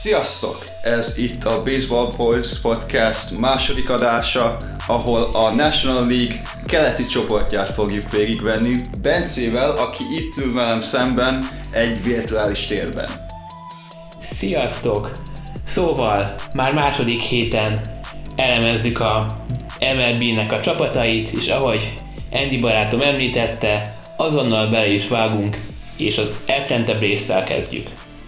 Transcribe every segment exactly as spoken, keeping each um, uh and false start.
Sziasztok! Ez itt a Baseball Boys Podcast második adása, ahol a National League keleti csoportját fogjuk végigvenni Bencével, aki itt ül velem szemben egy virtuális térben. Sziasztok! Szóval már második héten elemezzük a em el bé-nek a csapatait, és ahogy Andy barátom említette, azonnal bele is vágunk, és az Atlanta Braves-szel kezdjük.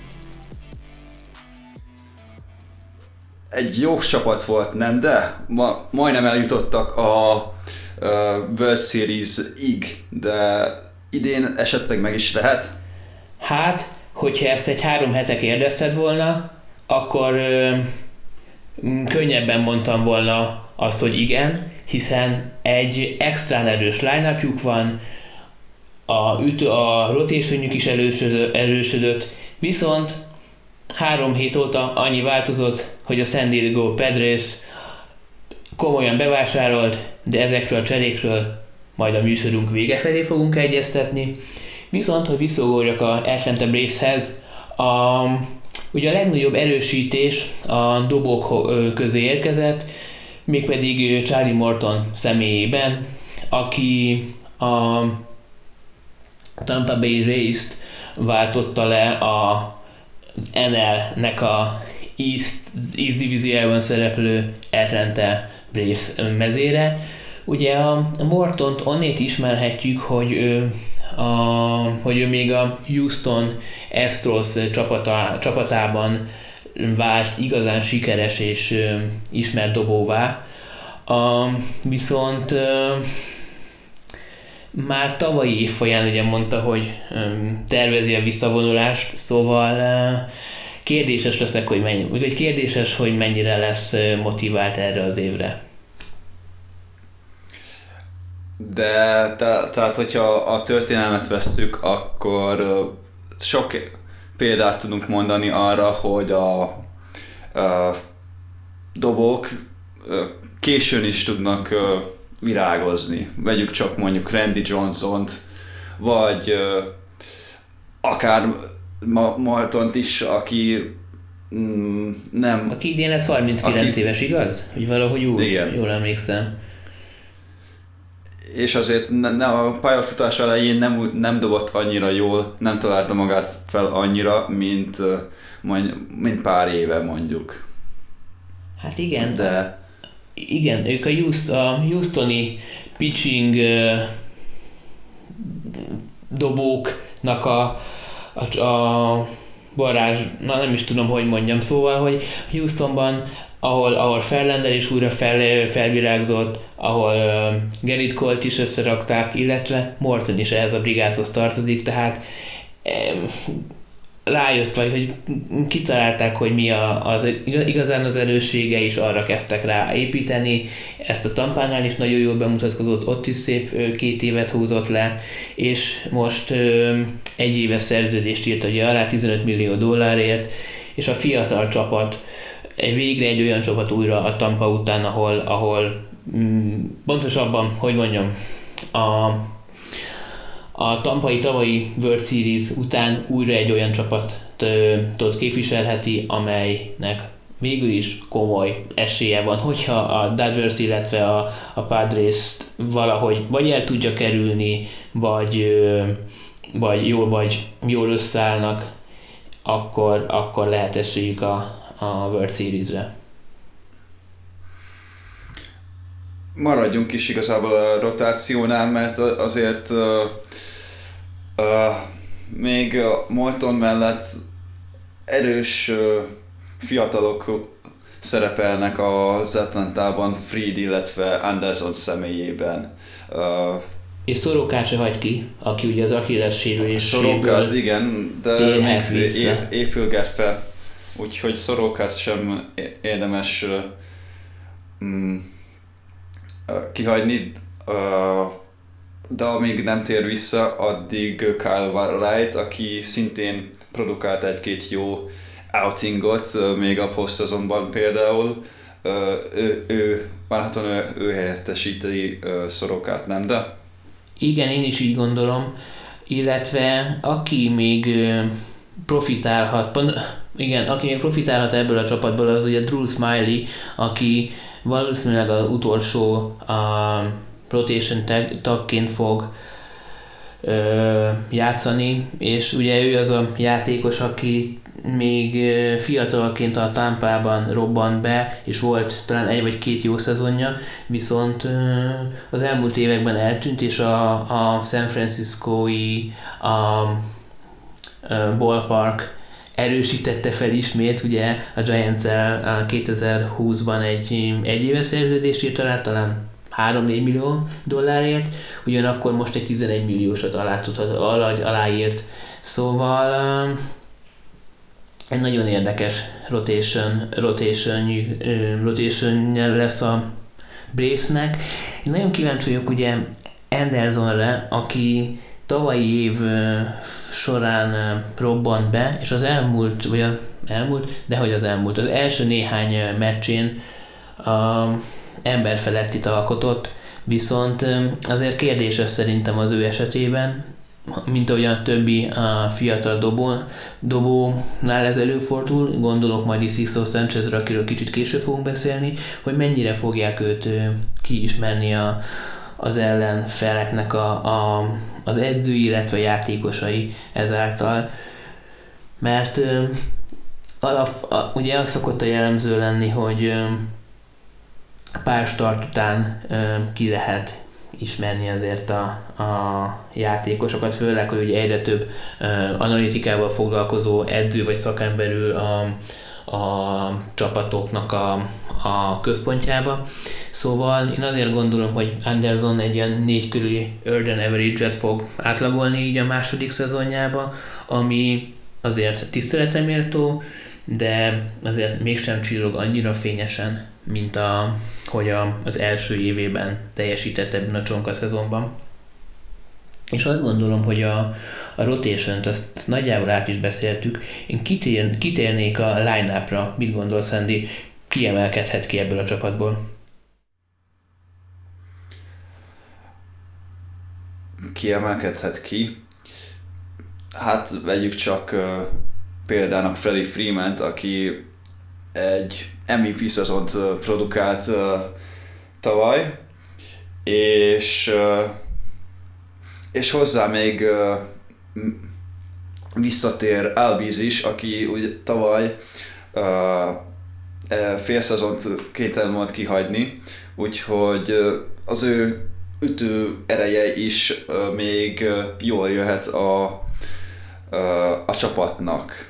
Egy jó csapat volt, nem? De ma, majdnem eljutottak a, a World Series-ig, de idén esetleg meg is lehet? Hát, hogyha ezt egy három hete kérdezted volna, akkor ö, könnyebben mondtam volna azt, hogy igen, hiszen egy extrán erős line-upjuk van, a, ütő, a rotationjük is erősödött, erősödött, viszont három hét óta annyi változott, hogy a San Diego Padres komolyan bevásárolt, de ezekről a cserékről majd a műsorunk vége felé fogunk egyeztetni. Viszont, hogy visszagorjak a Atlanta Braveshez, a, ugye a legnagyobb erősítés a dobók közé érkezett, mégpedig Charlie Morton személyében, aki a Tampa Bay Rays-t váltotta le a az en el-nek a East, East Division-ban szereplő Atlanta Braves mezére. Ugye a Mortont onnét ismerhetjük, hogy ő, a, hogy ő még a Houston Astros csapata, csapatában vált igazán sikeres és ismert dobóvá. A, viszont már tavalyi év folyán ugye mondta, hogy um, tervezi a visszavonulást, szóval uh, kérdéses leszek, hogy mennyi, vagy kérdéses, hogy mennyire lesz uh, motivált erre az évre. De te, tehát, hogyha a történelmet vesszük, akkor uh, sok példát tudunk mondani arra, hogy a, a dobók uh, későn is tudnak uh, virágozni. Vegyük csak mondjuk Randy Johnson-t, vagy uh, akár Ma- Mortont is, aki mm, nem... Aki idén lesz harminckilenc aki, éves, igaz? Hogy valahogy úgy, igen. Jól emlékszem. És azért ne, ne, a pályafutás elején nem, nem dobott annyira jól, nem találta magát fel annyira, mint, mint pár éve mondjuk. Hát igen. De... Igen, ők a, Houst, a Houstoni pitching uh, dobóknak a, a, a varázs, na nem is tudom, hogy mondjam, szóval, hogy Houstonban, ahol, ahol Ferlander is újra fel, felvirágzott, ahol uh, Gerrit Colt is összerakták, illetve Morton is ehhez a brigádhoz tartozik, tehát um, rájött, vagy hogy kitalálták, hogy mi a, az, igazán az erőssége, és arra kezdtek rá építeni. Ezt a Tampánál is nagyon jól bemutatkozott, ott is szép két évet húzott le, és most ö, egy éves szerződést írt ugye alá tizenöt millió dollárért, és a fiatal csapat, végre egy olyan csapat újra a Tampa után, ahol, ahol mm, pontosabban, hogy mondjam, a A tampai tavalyi World Series után újra egy olyan csapatot képviselheti, amelynek végül is komoly esélye van, hogyha a Dodgers, illetve a, a Padres-t valahogy vagy el tudja kerülni, vagy, vagy, jól, vagy jól összeállnak, akkor, akkor lehet esélyük a, a World Series-re. Maradjunk is igazából a rotációnál, mert azért uh, uh, még Morton mellett erős uh, fiatalok szerepelnek az Atlantában, Fried, illetve Anderson személyében. Uh, és Sorokát se hagy ki, aki ugye az Achilles sérüléséből Sorokát, igen, de még vissza. épülget fel, úgyhogy Sorokát sem érdemes uh, um, kihagyni, de amíg nem tér vissza, addig Kyle Wright, aki szintén produkált egy-két jó outingot, még a posztszezonban például, ő, ő várhatóan ő, ő helyettesíti Sorokát, nem de? Igen, én is így gondolom, illetve aki még profitálhat, igen, aki még profitálhat ebből a csapatból, az ugye Drew Smiley, aki valószínűleg az utolsó a rotation tag, tagként fog ö, játszani, és ugye ő az a játékos, aki még fiatalként a Tampában robbant be, és volt talán egy vagy két jó szezonja, viszont az elmúlt években eltűnt, és a, a San Francisco-i a, a ballpark erősítette fel ismét, ugye a Giants-el kétezer-húszban egy egyéves szerződést írt alá, talán három-négy millió dollárért, ugyanakkor most egy tizenegy milliósat alá, alá, aláírt. Szóval egy nagyon érdekes rotation, rotation, rotation lesz a Bravesnek. Én nagyon kíváncsi vagyok ugye Andersonre, aki tavalyi év során robbant be, és az elmúlt, vagy az elmúlt, de hogy az elmúlt, az első néhány meccsén a ember felettit alkotott, viszont azért kérdéses szerintem az ő esetében, mint ahogy a többi a fiatal dobó, dobónál ez előfordul, gondolok majd Sixto Sanchezre, akiről kicsit később fogunk beszélni, hogy mennyire fogják őt kiismerni a, az ellenfeleknek a, a, az edzői, illetve a játékosai ezáltal. Mert alap, a, ugye az szokott a jellemző lenni, hogy pár start után ki lehet ismerni azért a, a játékosokat, főleg, hogy ugye egyre több uh, analitikával foglalkozó edző vagy szakemberül a, a csapatoknak a, a központjába. Szóval én azért gondolom, hogy Anderson egy ilyen négy körüli earned average-et fog átlagolni így a második szezonjába, ami azért tiszteletre méltó, de azért mégsem csillog annyira fényesen, mint a, hogy a, az első évében teljesített ebben a csonka szezonban. És azt gondolom, hogy a, a rotation-t, azt, azt nagyjából át is beszéltük. Én kitér, kitérnék a line-upra. Mit gondolsz, Andy? Ki emelkedhet ki ebből a csapatból? Ki emelkedhet ki? Hát vegyük csak uh, példának Freddie Freeman-t, aki egy em vé pé szezont uh, produkált uh, tavaly, és, uh, és hozzá még uh, visszatér Albies is, aki ugye tavaly uh, fél szezont kénytelen volt kihagyni, úgyhogy uh, az ő ütő ereje is uh, még uh, jól jöhet a, uh, a csapatnak.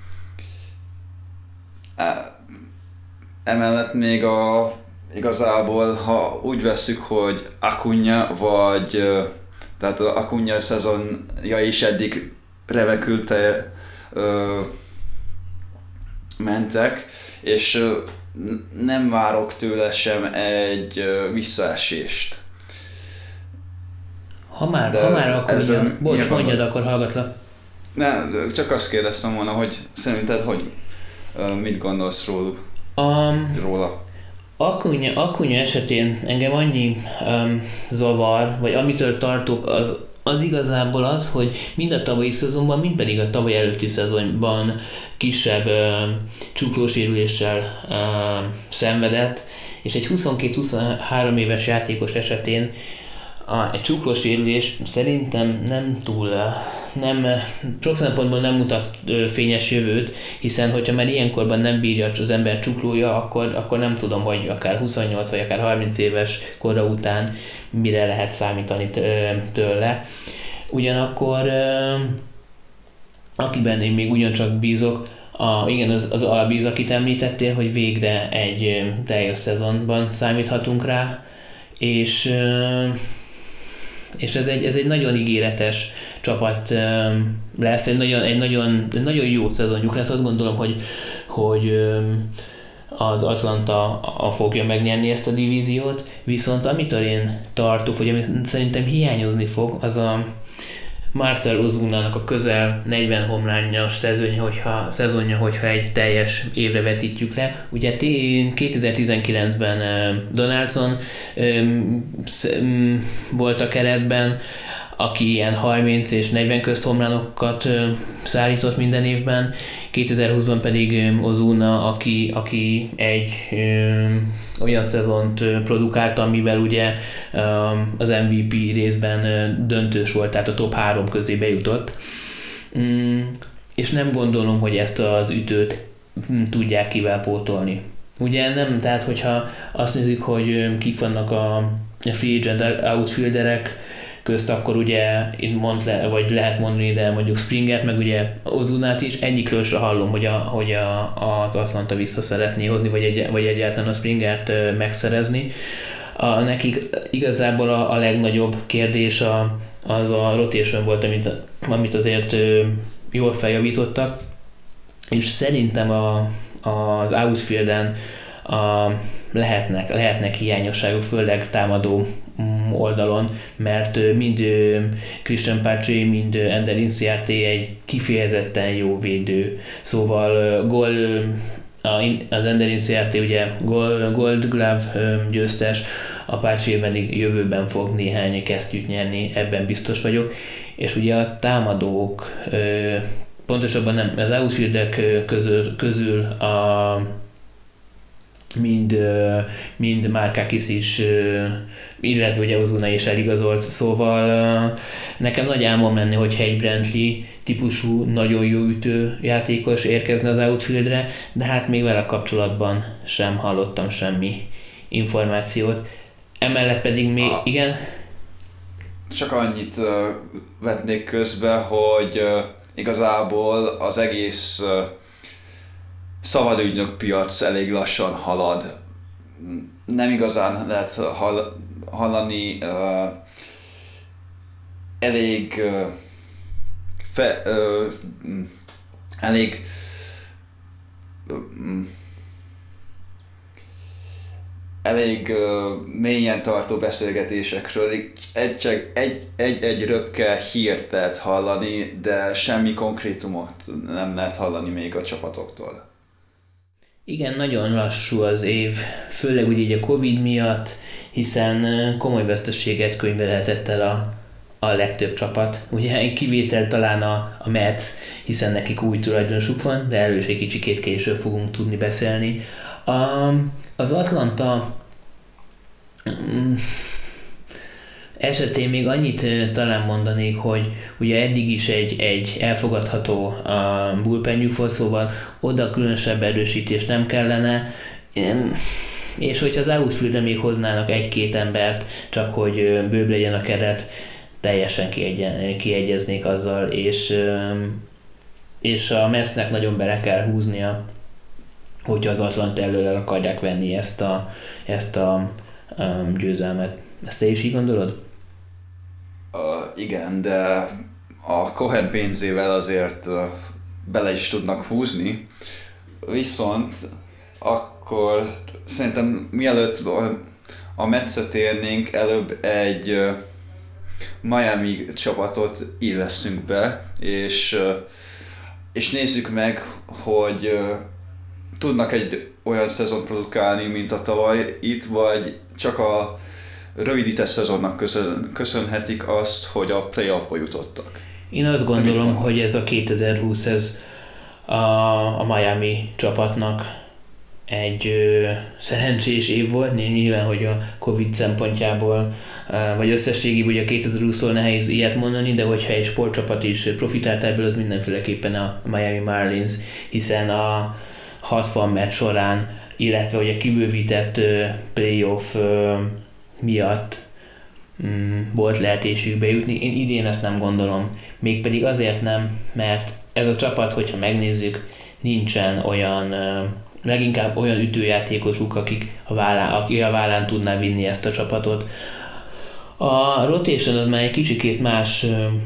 Emellett még a, igazából, ha úgy vesszük, hogy Acuna vagy, tehát az Acuna szezonja is eddig remekül te, ö, mentek, és ö, nem várok tőle sem egy ö, visszaesést. Ha már, ha már Acuna, bocs, mondjad, akkor hallgatlak. Ne, csak azt kérdeztem volna, hogy szerinted hogy, mit gondolsz róluk? Um, róla? Acuna, Acuna esetén engem annyi um, zavar, vagy amitől tartok, az, az igazából az, hogy mind a tavalyi szezonban, mind pedig a tavaly előtti szezonban kisebb uh, csuklósérüléssel uh, szenvedett, és egy huszonkét-huszonhárom éves játékos esetén a, egy csuklósérülés szerintem nem túl, nem, sok szempontból nem mutat fényes jövőt, hiszen hogyha már ilyenkorban nem bírja az ember csuklója, akkor, akkor nem tudom, hogy akár huszonnyolc vagy akár harminc éves kora után mire lehet számítani tőle. Ugyanakkor akiben én még ugyancsak bízok, a, igen, az, az Albies, akit említettél, hogy végre egy teljes szezonban számíthatunk rá, és és ez egy, ez egy nagyon ígéretes csapat lesz, egy nagyon, egy nagyon, egy nagyon jó szezonjuk lesz. Azt gondolom, hogy, hogy az Atlanta a fogja megnyerni ezt a divíziót, viszont amitől én tartok, hogy ami szerintem hiányozni fog, az a Marcell Ozuna-nak a közel negyven homrányos szezonja, hogyha, szezonja, hogyha egy teljes évre vetítjük le. Ugye kétezer-tizenkilencben Donaldson volt a keretben, aki ilyen harminc és negyven közt homránokat szállított minden évben, kétezer-húszban pedig Ozuna, aki, aki egy ö, olyan szezont produkált, amivel ugye ö, az em vé pé részben ö, döntős volt, tehát a top három közé bejutott. Mm, és nem gondolom, hogy ezt az ütőt tudják kivel pótolni. Ugye nem, tehát hogyha azt nézzük, hogy kik vannak a free agent outfielderek közt, akkor ugye itt mond le, vagy lehet mondani, de mondjuk Springert, meg ugye Ozunát is, egyikről se hallom, hogy, a, hogy a, az Atlanta vissza szeretné hozni, vagy, egy, vagy egyáltalán a Springert megszerezni. A, nekik igazából a, a legnagyobb kérdés a, az a rotation volt, amit, amit azért jól feljavítottak, és szerintem a, az outfielden a, lehetnek, lehetnek hiányosságok, főleg támadó oldalon, mert mind Christian Pache, mind Ender Inciarte egy kifejezetten jó védő. Szóval gól, az Ender Inciarte ugye Gold Glove győztes, a Pache pedig jövőben fog néhány kesztyűt nyerni, ebben biztos vagyok. És ugye a támadók, pontosabban nem, az outfieldek közül, közül a mind, mind Markakis is, illetve ugye Ozuna is eligazolt, szóval nekem nagy álmom lenne, hogyha egy Brantley típusú, nagyon jó ütő játékos érkezne az outfieldre, de hát még vele kapcsolatban sem hallottam semmi információt. Emellett pedig még, a... igen? Csak annyit uh, vetnék közbe, hogy uh, igazából az egész uh, szabadügynök piac elég lassan halad. Nem igazán lehet hall, hallani uh, elég uh, fe, uh, elég uh, elég uh, mélyen tartó beszélgetésekről, egy, egy, egy, egy röpke hírt lehet hallani, de semmi konkrétumot nem lehet hallani még a csapatoktól. Igen, nagyon lassú az év, főleg ugye így a Covid miatt, hiszen komoly veszteséget könyvelhetett el a, a legtöbb csapat. Ugye kivétel talán a, a Mets, hiszen nekik új tulajdonosuk van, de erről is egy kicsikét később fogunk tudni beszélni. A, az Atlanta mm, esetén még annyit talán mondanék, hogy ugye eddig is egy, egy elfogadható a bullpenjük volt, szóval oda különösebb erősítés nem kellene, és hogyha az outfieldre még hoznának egy-két embert, csak hogy bőbb legyen a keret, teljesen kiegyeznék azzal, és, és a Metsnek nagyon bele kell húznia, hogyha az Atlanta előre akarják venni ezt a, ezt a um, győzelmet. Ezt te is így gondolod? Uh, igen, de a Cohen pénzével azért uh, bele is tudnak húzni, viszont akkor szerintem mielőtt a Metsre érnénk, előbb egy uh, Miami csapatot illeszünk be, és, uh, és nézzük meg, hogy uh, tudnak egy olyan szezon produkálni, mint a tavaly itt, vagy csak a rövidített szezonnak köszön, köszönhetik azt, hogy a playoffba jutottak. Én azt gondolom, hogy ez a kétezer-húsz ez a, a Miami csapatnak egy ö, szerencsés év volt, nyilván, hogy a Covid szempontjából, ö, vagy összességében ugye a kétezer-húszról nehéz ilyet mondani, de hogyha egy sportcsapat is profitált ebből, az mindenféleképpen a Miami Marlins, hiszen a hatvan meccs során, illetve hogy a kibővített ö, playoff ö, miatt mm, volt lehetőségük bejutni. Én idén ezt nem gondolom. Mégpedig azért nem, mert ez a csapat, hogyha megnézzük, nincsen olyan, leginkább olyan ütőjátékosuk, akik a vállán, aki a vállán tudná vinni ezt a csapatot. A rotation az már egy kicsikét más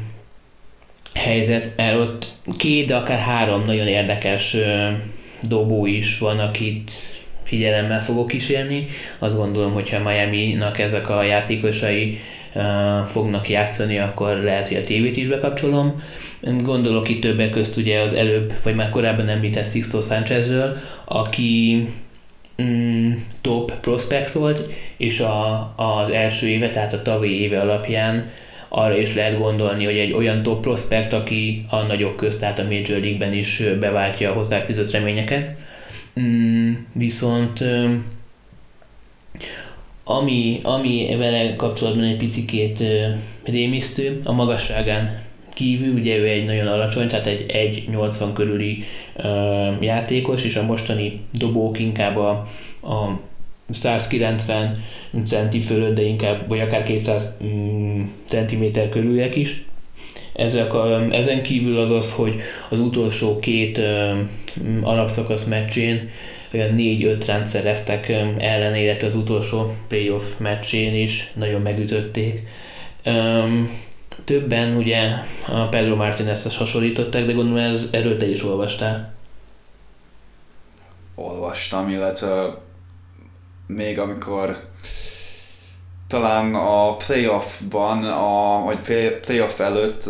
helyzet, mert ott két, de akár három nagyon érdekes dobó is van, akit figyelemmel fogok kísérni. Azt gondolom, hogyha Miami-nak ezek a játékosai uh, fognak játszani, akkor lehet, hogy a tévét is bekapcsolom. Gondolok itt többek közt ugye az előbb, vagy már korábban említett Sixto Sanchezről, aki mm, top prospect volt, és a, az első éve, tehát a tavalyi éve alapján arra is lehet gondolni, hogy egy olyan top prospect, aki a nagyok közt, tehát a Major League-ben is beváltja a hozzáfűzött reményeket. Mm, viszont ami, ami vele kapcsolatban egy picikét rémisztő, a magasságán kívül, ugye ő egy nagyon alacsony, tehát egy egy nyolcvan körüli uh, játékos, és a mostani dobók inkább a, a százkilencven centi fölött, de inkább, vagy akár kétszáz mm, centiméter körüliek is. Ezek a, ezen kívül az az, hogy az utolsó két uh, alapszakasz meccsén olyan négy-öt rend szereztek um, ellen, illetve az utolsó playoff meccsén is nagyon megütötték. Um, Többen ugye a Pedro Martinezhez hasonlították, de gondolom ez, erről te is olvastál. Olvastam, illetve még amikor talán a playoffban, a, vagy playoff előtt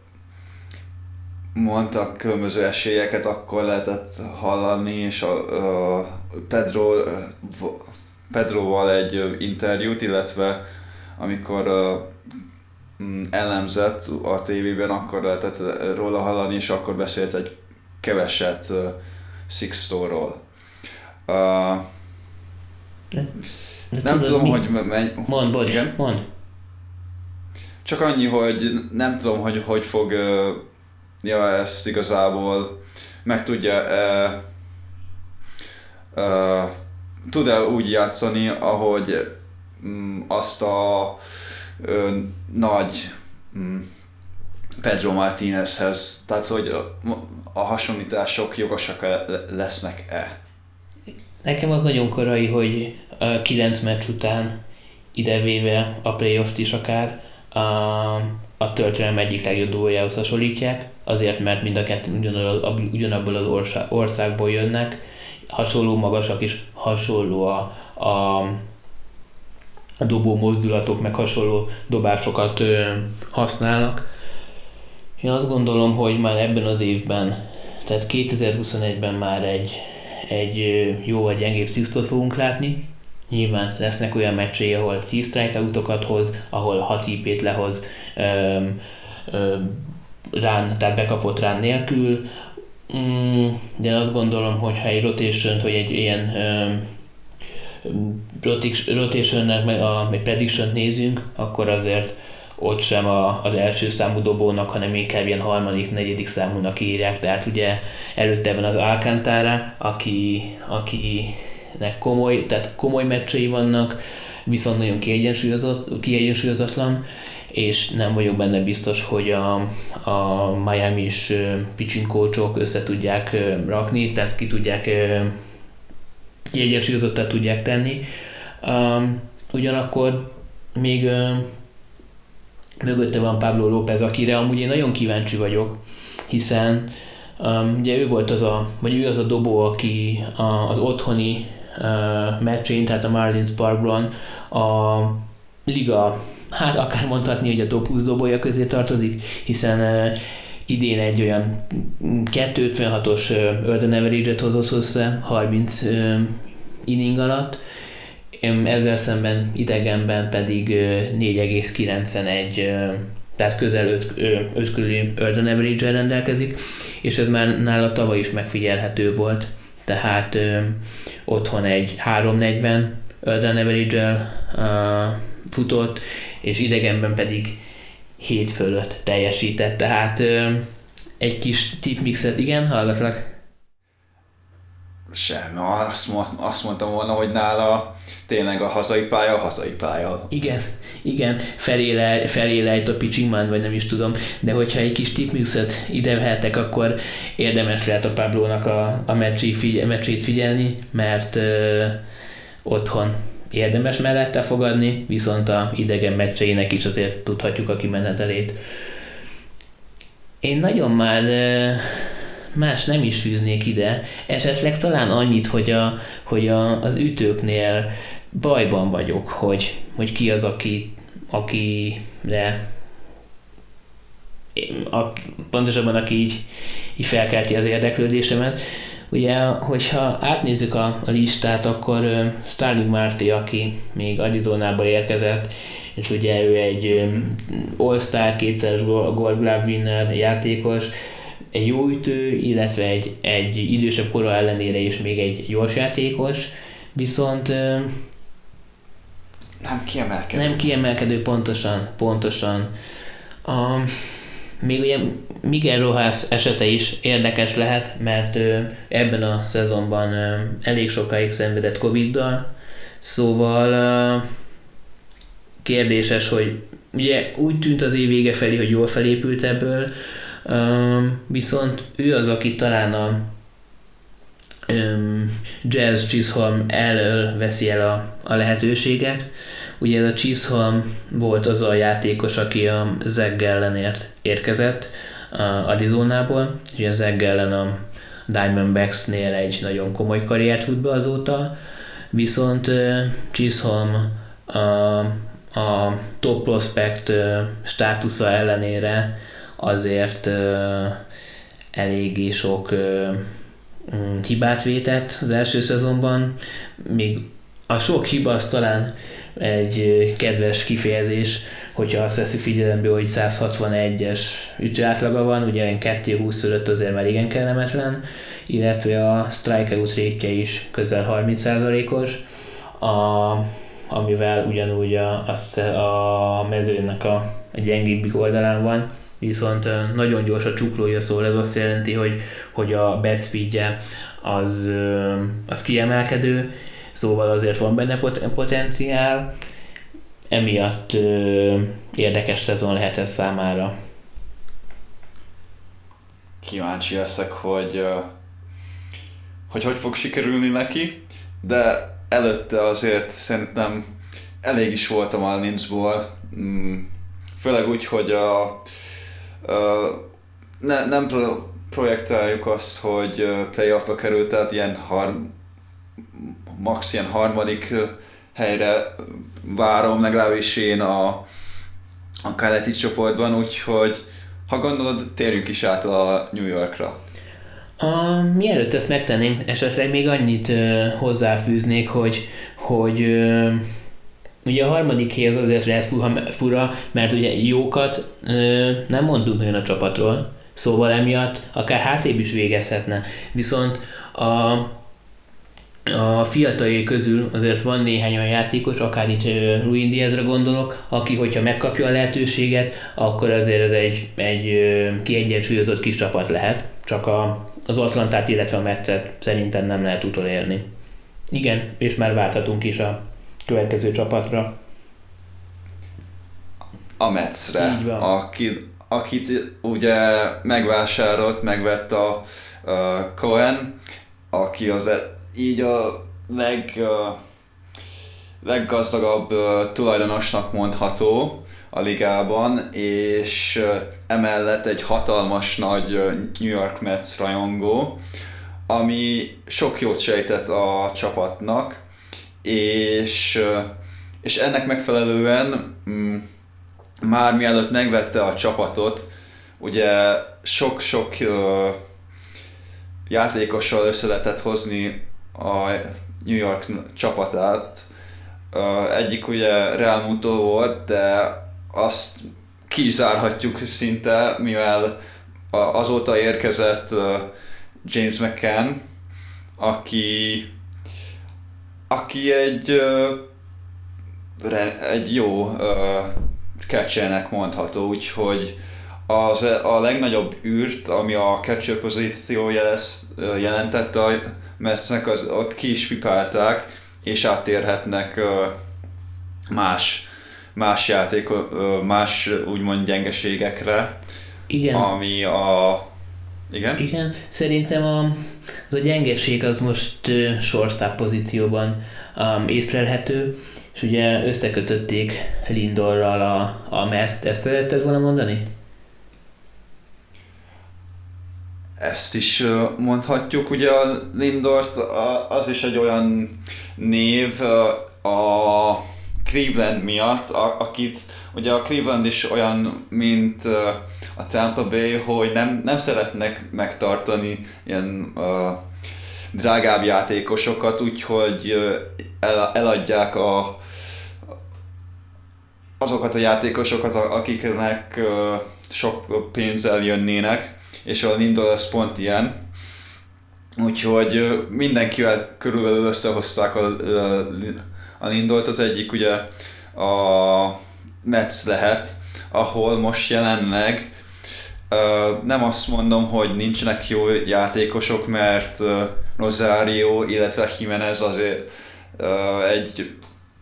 mondtak különböző esélyeket, akkor lehetett hallani, és a, a Pedro, Pedroval egy interjút, illetve amikor elemzett a tévében, akkor lehetett róla hallani, és akkor beszélt egy keveset uh, Sixtóról. Uh, de, de nem tudod, tudom, mi? hogy... Menj... Mondd, bocs, Igen? mondd. Csak annyi, hogy nem tudom, hogy hogy fog uh, ja, ezt igazából meg tudja uh, uh, tud-e úgy játszani, ahogy um, azt a Ö, nagy mm, Pedro Martinezhez, tehát hogy a, a hasonlítások jogosak lesznek-e? Nekem az nagyon korai, hogy a kilenc meccs után idevéve a playoff-t is akár a, a történelem egyik legjobb duójához hasonlítják, azért mert mind a kettő ugyanabból az országból jönnek, hasonló magasak és hasonló a, a a dobó mozdulatok, meg hasonló dobásokat ö, használnak. Én azt gondolom, hogy már ebben az évben, tehát kétezer-huszonegyben már egy, egy jóval gyengébb Sixtot fogunk látni. Nyilván lesznek olyan meccsei, ahol tíz strikeoutokat hoz, ahol hat í pét lehoz ö, ö, rán, tehát bekapott rán nélkül. Mm, de azt gondolom, hogy ha egy rotation, hogy egy ilyen ö, rotationnek meg a egy prediction-t nézünk, akkor azért ott sem a, az első számú dobónak, hanem inkább ilyen harmadik, negyedik számúnak írják. Tehát ugye előtte van az Alcantara, aki, akinek komoly, tehát komoly meccsei vannak, viszont nagyon kiegyensúlyozott, kiegyensúlyozatlan, és nem vagyok benne biztos, hogy a, a Miami-s pitching coachok össze tudják rakni, tehát ki tudják kiegyensúlyozottá tudják tenni. Um, ugyanakkor még uh, mögötte van Pablo López, akire amúgy én nagyon kíváncsi vagyok, hiszen um, ugye ő volt az a, vagy ő az a dobó, aki a, az otthoni uh, meccsén, tehát a Marlins Parkban a liga, hát akár mondhatni, hogy a top húsz dobója közé tartozik, hiszen uh, idén egy olyan kettő ötvenhatos earned average-et hozott hozzá harminc uh, inning alatt, ezzel szemben idegenben pedig uh, négy egész kilencvenegy, uh, tehát közel öt körüli earned average-el rendelkezik, és ez már nála tavaly is megfigyelhető volt, tehát uh, otthon egy három negyven earned average-el uh, futott, és idegenben pedig hét fölött teljesített, tehát ö, egy kis tipmixet, igen, hallgatlak. Semmi, azt, azt mondtam volna, hogy nála tényleg a hazai pálya, a hazai pálya. Igen, igen, felé, le, felé lejt a pitching man, vagy nem is tudom, de hogyha egy kis tipmixet ide vehetek, akkor érdemes lehet a Pablónak a, a meccsét, figyel, meccsét figyelni, mert ö, otthon érdemes mellette fogadni, viszont a idegen meccseinek is azért tudhatjuk a kimenetelét. Én nagyon már más nem is fűznék ide, esetleg talán annyit, hogy, a, hogy a, az ütőknél bajban vagyok, hogy, hogy ki az, aki, akire a, pontosabban aki így, így felkelti az érdeklődésemet. Ugye, hogyha átnézzük a, a listát, akkor uh, Starling Marte, aki még Arizonába érkezett, és ugye ő egy um, All-Star, kétszeres Gold Glove winner játékos, egy jó ütő, illetve egy, egy idősebb kora ellenére is még egy gyors játékos, viszont uh, nem kiemelkedő. Nem kiemelkedő, pontosan, pontosan. A, még ugye Miguel Rojas esete is érdekes lehet, mert ő ebben a szezonban elég sokáig szenvedett Coviddal, szóval kérdéses, hogy ugye úgy tűnt az év vége felé, hogy jól felépült ebből, viszont ő az, aki talán a Jazz Chisholm elől veszi el a, a lehetőséget. Ugye ez a Chisholm volt az a játékos, aki a Zach Gallenért érkezett a Arizonából, és a Zach Gallen a Diamondbacksnél egy nagyon komoly karriert fut be azóta, viszont Chisholm a, a top prospect státusza ellenére azért eléggé sok hibát vétett az első szezonban, még a sok hiba az talán egy kedves kifejezés, hogyha azt veszük figyelembe, hogy száz hatvanegyes ütő átlaga van, ugye olyan kettő húsz fölött azért már igen kellemetlen, illetve a strikeout rate is közel harminc százalékos, a, amivel ugyanúgy a, a, a mezőnek a, a gyengébbik oldalán van, viszont nagyon gyors a csuklója, szóval ez azt jelenti, hogy, hogy a bat speedje az, az kiemelkedő, szóval azért van benne pot- potenciál, emiatt ö, érdekes szezon lehet ez számára. Kíváncsi leszek, hogy, hogy hogy fog sikerülni neki, de előtte azért szerintem elég is volt a Marlinsból, főleg úgy, hogy a, a, ne, nem pro, projektáljuk azt, hogy playoffba került, tehát ilyen har, max ilyen harmadik helyre várom, legalábbis én a, a keleti csoportban, úgyhogy ha gondolod, térjünk is át a New Yorkra. A, mielőtt ezt megtenném, esetleg még annyit ö, hozzáfűznék, hogy, hogy ö, ugye a harmadik hely az azért lehet fura, mert ugye jókat ö, nem mondunk nagyon a csapatról, szóval emiatt akár hátrébb is végezhetne. Viszont a A fiataljai közül azért van néhány olyan játékos, akár itt Ruin Diazra gondolok, aki, hogyha megkapja a lehetőséget, akkor azért ez egy, egy kiegyensúlyozott kis csapat lehet, csak a, az Atlantát, illetve a Metszet szerintem nem lehet utolérni. Igen, és már válthatunk is a következő csapatra. A Metszre, aki, akit ugye megvásárolt, megvett a, a Cohen, aki az így a leg, uh, leggazdagabb uh, tulajdonosnak mondható a ligában, és uh, emellett egy hatalmas nagy uh, New York Mets rajongó, ami sok jót sejtett a csapatnak, és, uh, és ennek megfelelően um, már mielőtt megvette a csapatot, ugye sok-sok uh, játékossal össze lehetett hozni a New York csapatát. Egyik ugye Real Muto volt, de azt ki is zárhatjuk szinte, mivel azóta érkezett James McCann, aki, aki egy, egy jó catchernek mondható, úgyhogy az a legnagyobb űrt, ami a catcher pozíció jelentette a Metsnek, az ott ki is pipálták, és áttérhetnek más, más játék, más úgymond gyengeségekre. Igen. Ami a... Igen? Igen, szerintem a, az a gyengeség az most uh, shortstop pozícióban um, észlelhető, és ugye összekötötték Lindorral a, a Mets-t. Ezt szeretted volna mondani? Ezt is mondhatjuk, ugye a Lindort, az is egy olyan név a Cleveland miatt, akit ugye a Cleveland is olyan, mint a Tampa Bay, hogy nem, nem szeretnek megtartani ilyen uh, drágább játékosokat, úgyhogy el, eladják a, azokat a játékosokat, akiknek sok pénzzel jönnének, és a Lindor az pont ilyen. Úgyhogy mindenkivel körülbelül összehozták a, a, a Lindort, az egyik ugye a Mets lehet, ahol most jelenleg Uh, nem azt mondom, hogy nincsenek jó játékosok, mert uh, Rosario, illetve Jimenez azért uh, egy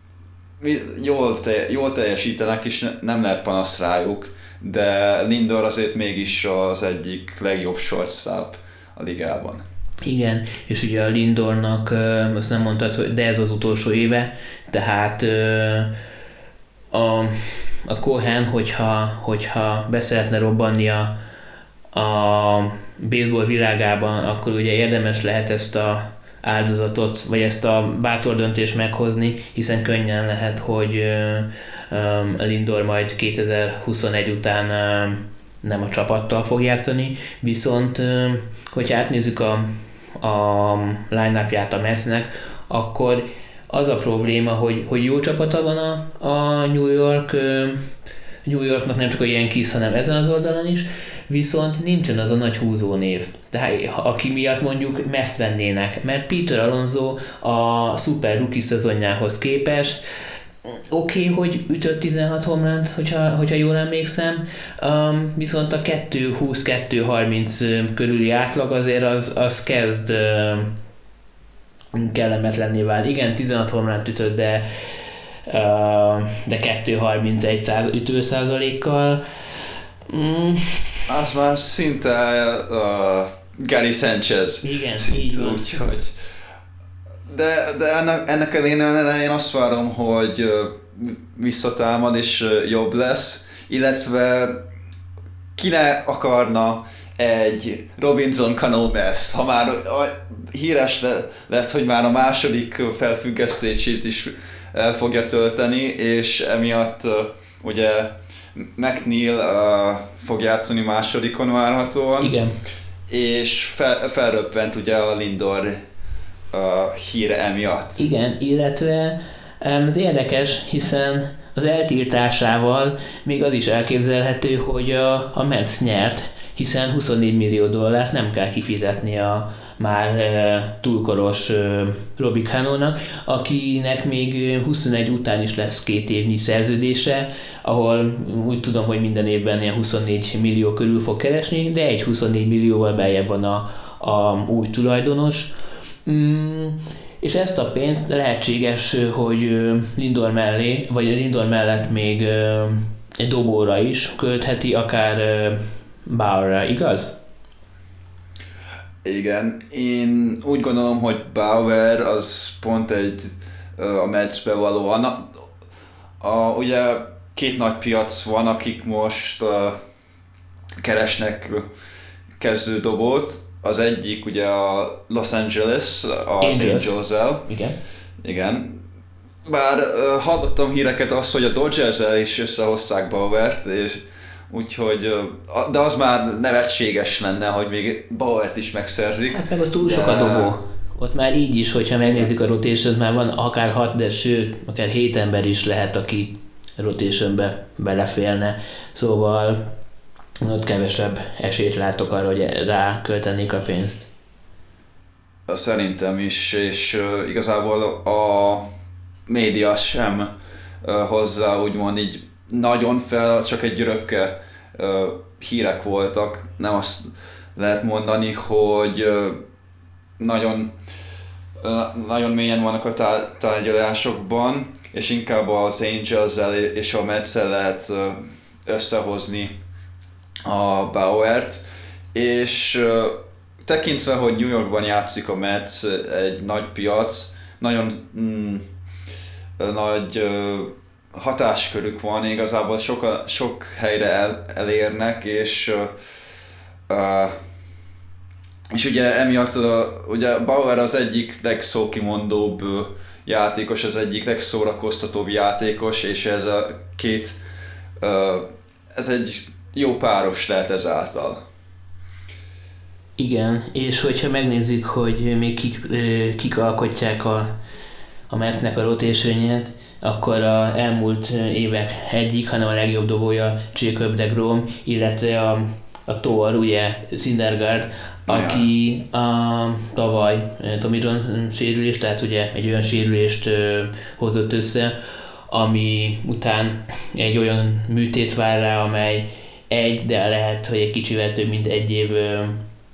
jól, te, jól teljesítenek, és ne, nem lehet panasz rájuk, de Lindor azért mégis az egyik legjobb shortstop a ligában. Igen, és ugye a Lindornak, uh, azt nem mondtad, de ez az utolsó éve, tehát uh, a a Cohen, hogyha, hogyha be szeretne robbanni a, a baseball világában, akkor ugye érdemes lehet ezt a áldozatot, vagy ezt a bátor döntést meghozni, hiszen könnyen lehet, hogy um, Lindor majd kétezer-huszonegy után um, nem a csapattal fog játszani, viszont um, hogyha átnézzük a, a line-upját a Metsnek, akkor az a probléma, hogy, hogy jó csapata van a, a New York, New Yorknak nem csak a Yankees, hanem ezen az oldalon is, viszont nincsen az a nagy húzónév, tehát aki miatt mondjuk Mets vennének, mert Peter Alonso a szuper rookie szezonjához képest oké, okay, hogy ütött tizenhat homránt, hogyha, hogyha jól emlékszem, um, viszont a kettő húsz kettő harminc körüli átlag azért az, az kezd uh, kellemetlenné vált. Igen, tizenhat homránt ütött, de, uh, de kettő harmincegy száz, ütőszázalékkal. Mm. Az már szinte uh, Gary Sanchez. Igen, szinte, így van. Úgyhogy de, de ennek, ennek ellenére én azt várom, hogy visszatámad és jobb lesz, illetve ki ne akarna egy Robinson Cano Mets, ha már híres lett, hogy már a második felfüggesztését is el fogja tölteni, és emiatt ugye McNeil uh, fog játszani másodikon várhatóan. Igen. És fel, felröppent ugye a Lindor a híre emiatt. Igen, illetve ez érdekes, hiszen az eltiltásával még az is elképzelhető, hogy a, a Mets nyert, hiszen huszonnégy millió dollárt nem kell kifizetni a már e, túlkoros e, Robbie Canonak, akinek még huszonegy után is lesz két évnyi szerződése, ahol úgy tudom, hogy minden évben ilyen huszonnégy millió körül fog keresni, de egy huszonnégy millióval beljebb van a, a új tulajdonos. Mm, és ezt a pénzt lehetséges, hogy Lindor mellé, vagy Lindor mellett még egy dobóra is költheti, akár Bauerra, igaz? Igen, én úgy gondolom, hogy Bauer az pont egy a Metsbe való. A, a, ugye két nagy piac van, akik most uh, keresnek kezdődobót. Az egyik ugye a Los Angeles, az Angels-el. Igen. Igen. Bár uh, hallottam híreket azt, hogy a Dodgers-el is összehozták Bauert, és úgyhogy, uh, de az már nevetséges lenne, hogy még Bauert is megszerzik. Hát meg ott túl sok de... a dobó. Ott már így is, hogyha megnézzük a rotation-t, már van akár hat, de sőt, akár hét ember is lehet, aki rotationbe beleférne. Szóval ott kevesebb esélyt látok arra, hogy rá költenék a pénzt. Szerintem is, és uh, igazából a média sem uh, hozzá úgymond így nagyon fel, csak egy örökke uh, hírek voltak. Nem azt lehet mondani, hogy uh, nagyon, uh, nagyon mélyen vannak a tá- tárgyalásokban, és inkább az Angels-el és a Mets-el lehet uh, összehozni a Bauert, és uh, tekintve, hogy New Yorkban játszik a Mets, egy nagy piac, nagyon mm, nagy uh, hatáskörük van, igazából sok, sok helyre el, elérnek, és uh, uh, és ugye emiatt uh, ugye Bauer az egyik legszókimondóbb uh, játékos, az egyik legszórakoztatóbb játékos, és ez a két uh, ez egy jó páros lehet ezáltal. Igen, és hogyha megnézzük, hogy még kik, kik alkotják a, a Metsnek a rotationjét, akkor a elmúlt évek egyik, hanem a legjobb dobója Jacob deGrom, illetve a, a Thor, ugye Syndergaard, aki a tavaly Tommy John sérülés, tehát ugye egy olyan sérülést ö, hozott össze, ami után egy olyan műtét vár rá, amely egy, de lehet, hogy egy kicsivel több, mint egy év ö,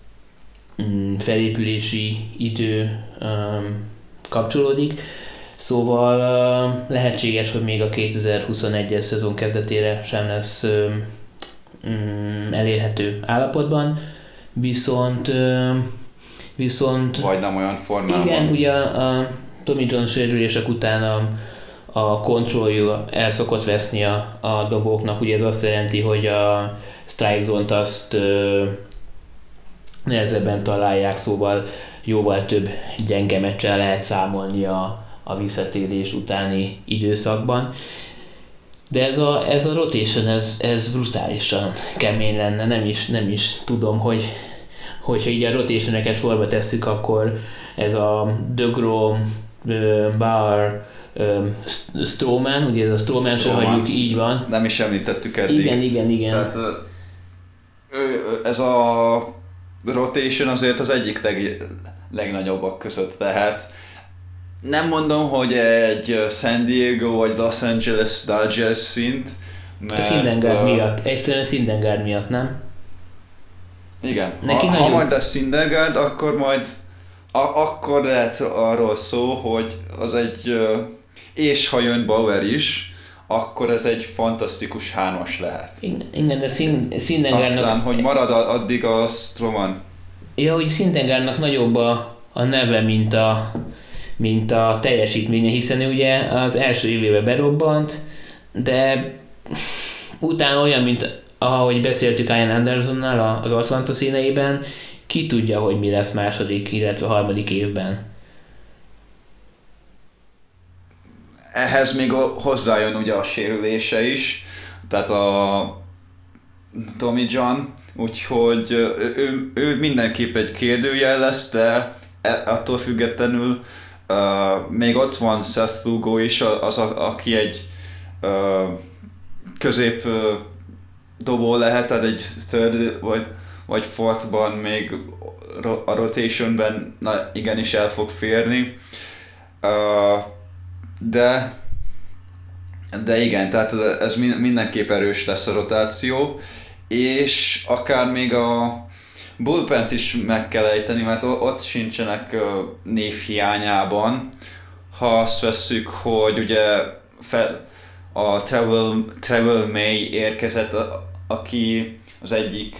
felépülési idő ö, kapcsolódik. Szóval uh, lehetséges, hogy még a kétezer-huszonegyes szezon kezdetére sem lesz uh, um, elérhető állapotban, viszont uh, viszont vagy nem olyan formában. Igen, ugye a, a Tommy John sérülések után a, a kontrolljuk el szokott veszni a, a dobóknak, ugye ez azt jelenti, hogy a strike zone-t azt uh, nehezebben találják, szóval jóval több gyenge meccsel lehet számolni a a visszatérés utáni időszakban. De ez a, ez a rotation, ez, ez brutálisan kemény lenne, nem is, nem is tudom, hogy hogyha így a rotationeket sorba tesszük, akkor ez a deGrom, Bauer, Stroman, ugye ez a Stroman se hagyjuk, így van. Nem is említettük eddig. Igen, igen, igen. Tehát, ez a rotation azért az egyik leg, legnagyobbak között, tehát nem mondom, hogy egy San Diego vagy Los Angeles Dodgers szint, mert... Syndergaard uh, miatt, egyszerűen Syndergaard miatt, nem? Igen, Neki ha, ha majd lesz Syndergaard, akkor majd a, akkor lehet arról szó, hogy az egy, uh, és ha jön Bauer is, akkor ez egy fantasztikus hármas lehet. Igen, de Syndergaardnak... Aztán, hogy marad addig a Stroman. Ja, hogy Syndergaardnak nagyobb a, a neve, mint a... mint a teljesítménye, hiszen ő ugye az első évében berobbant, de utána olyan, mint ahogy beszéltük Ian Andersonnal az Atlanta színeiben, ki tudja, hogy mi lesz második, illetve harmadik évben. Ehhez még hozzájön ugye a sérülése is, tehát a Tommy John, úgyhogy ő, ő mindenképp egy kérdőjel lesz, de attól függetlenül Uh, még ott van Seth Lugo is, az, a, aki egy uh, közép uh, dobó lehet, tehát egy third vagy, vagy fourthban még a rotationben na, igenis el fog férni. Uh, de de igen, tehát ez mindenképp erős lesz a rotáció, és akár még a bullpent is meg kell ejteni, mert ott sincsenek név hiányában. Ha azt vesszük, hogy ugye fel, a Travel, Travel May érkezett, aki az egyik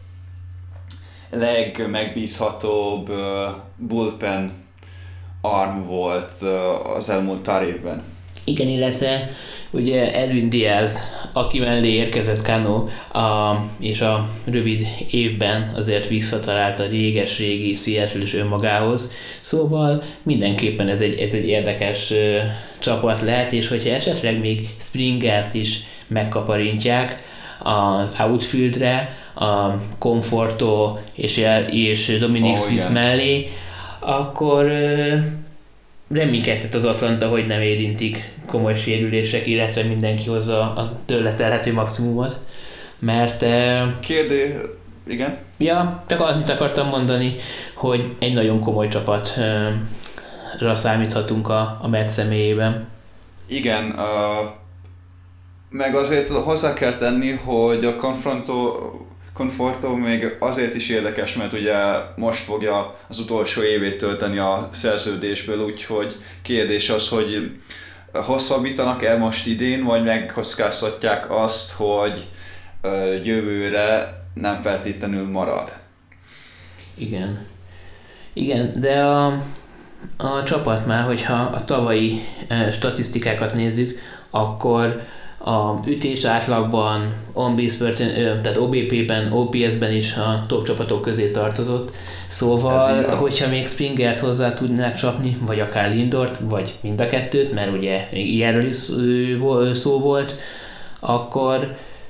legmegbízhatóbb bullpen arm volt az elmúlt pár évben. Igen, illetve ugye Edwin Diaz, aki mellé érkezett Cano, a, és a rövid évben azért visszatalált a réges-régi Seattle-s önmagához, szóval mindenképpen ez egy, ez egy érdekes ö, csapat lehet, és hogyha esetleg még Springert is megkaparintják az outfieldre, a Conforto és, és Dominic oh, Smith mellé, akkor ö, reménykedett az Atlanta, hogy nem érintik komoly sérülések, illetve mindenki hozza a tőle telhető maximumot, mert... Kérdé... igen? Ja, csak annyit akartam mondani, hogy egy nagyon komoly csapatra számíthatunk a, a Mets személyében. Igen, uh, meg azért hozzá kell tenni, hogy a Conforto, Conforto még azért is érdekes, mert ugye most fogja az utolsó évét tölteni a szerződésből, úgyhogy kérdés az, hogy hosszabbítanak el most idén, vagy megkockáztatják azt, hogy uh, jövőre nem feltétlenül marad. Igen. Igen, de a, a csapat már, hogyha a tavalyi uh, statisztikákat nézzük, akkor a ütés átlagban, on-base per, tehát o bé pé-ben, o pé es-ben is a top csapatok közé tartozott. Szóval, hogyha még Springert hozzá tudnák csapni, vagy akár Lindort, vagy mind a kettőt, mert ugye még ilyenről is szó volt, akkor,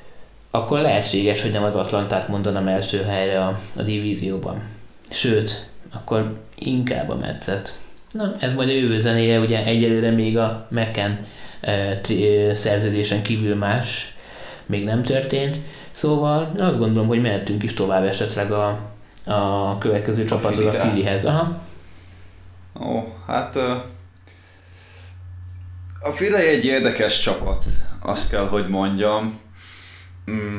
akkor lehetséges, hogy nem az Atlantát mondanám első helyre a, a divízióban. Sőt, akkor inkább a Metszet. Na, ez majd a jövő zenéje, ugye egyelőre még a McCann e, tri, szerződésen kívül más még nem történt. Szóval azt gondolom, hogy mehetünk is tovább esetleg a, a következő csapathoz, a Phillyhez. Aha. Ó, hát a Philly egy érdekes csapat, azt kell, hogy mondjam. Mm.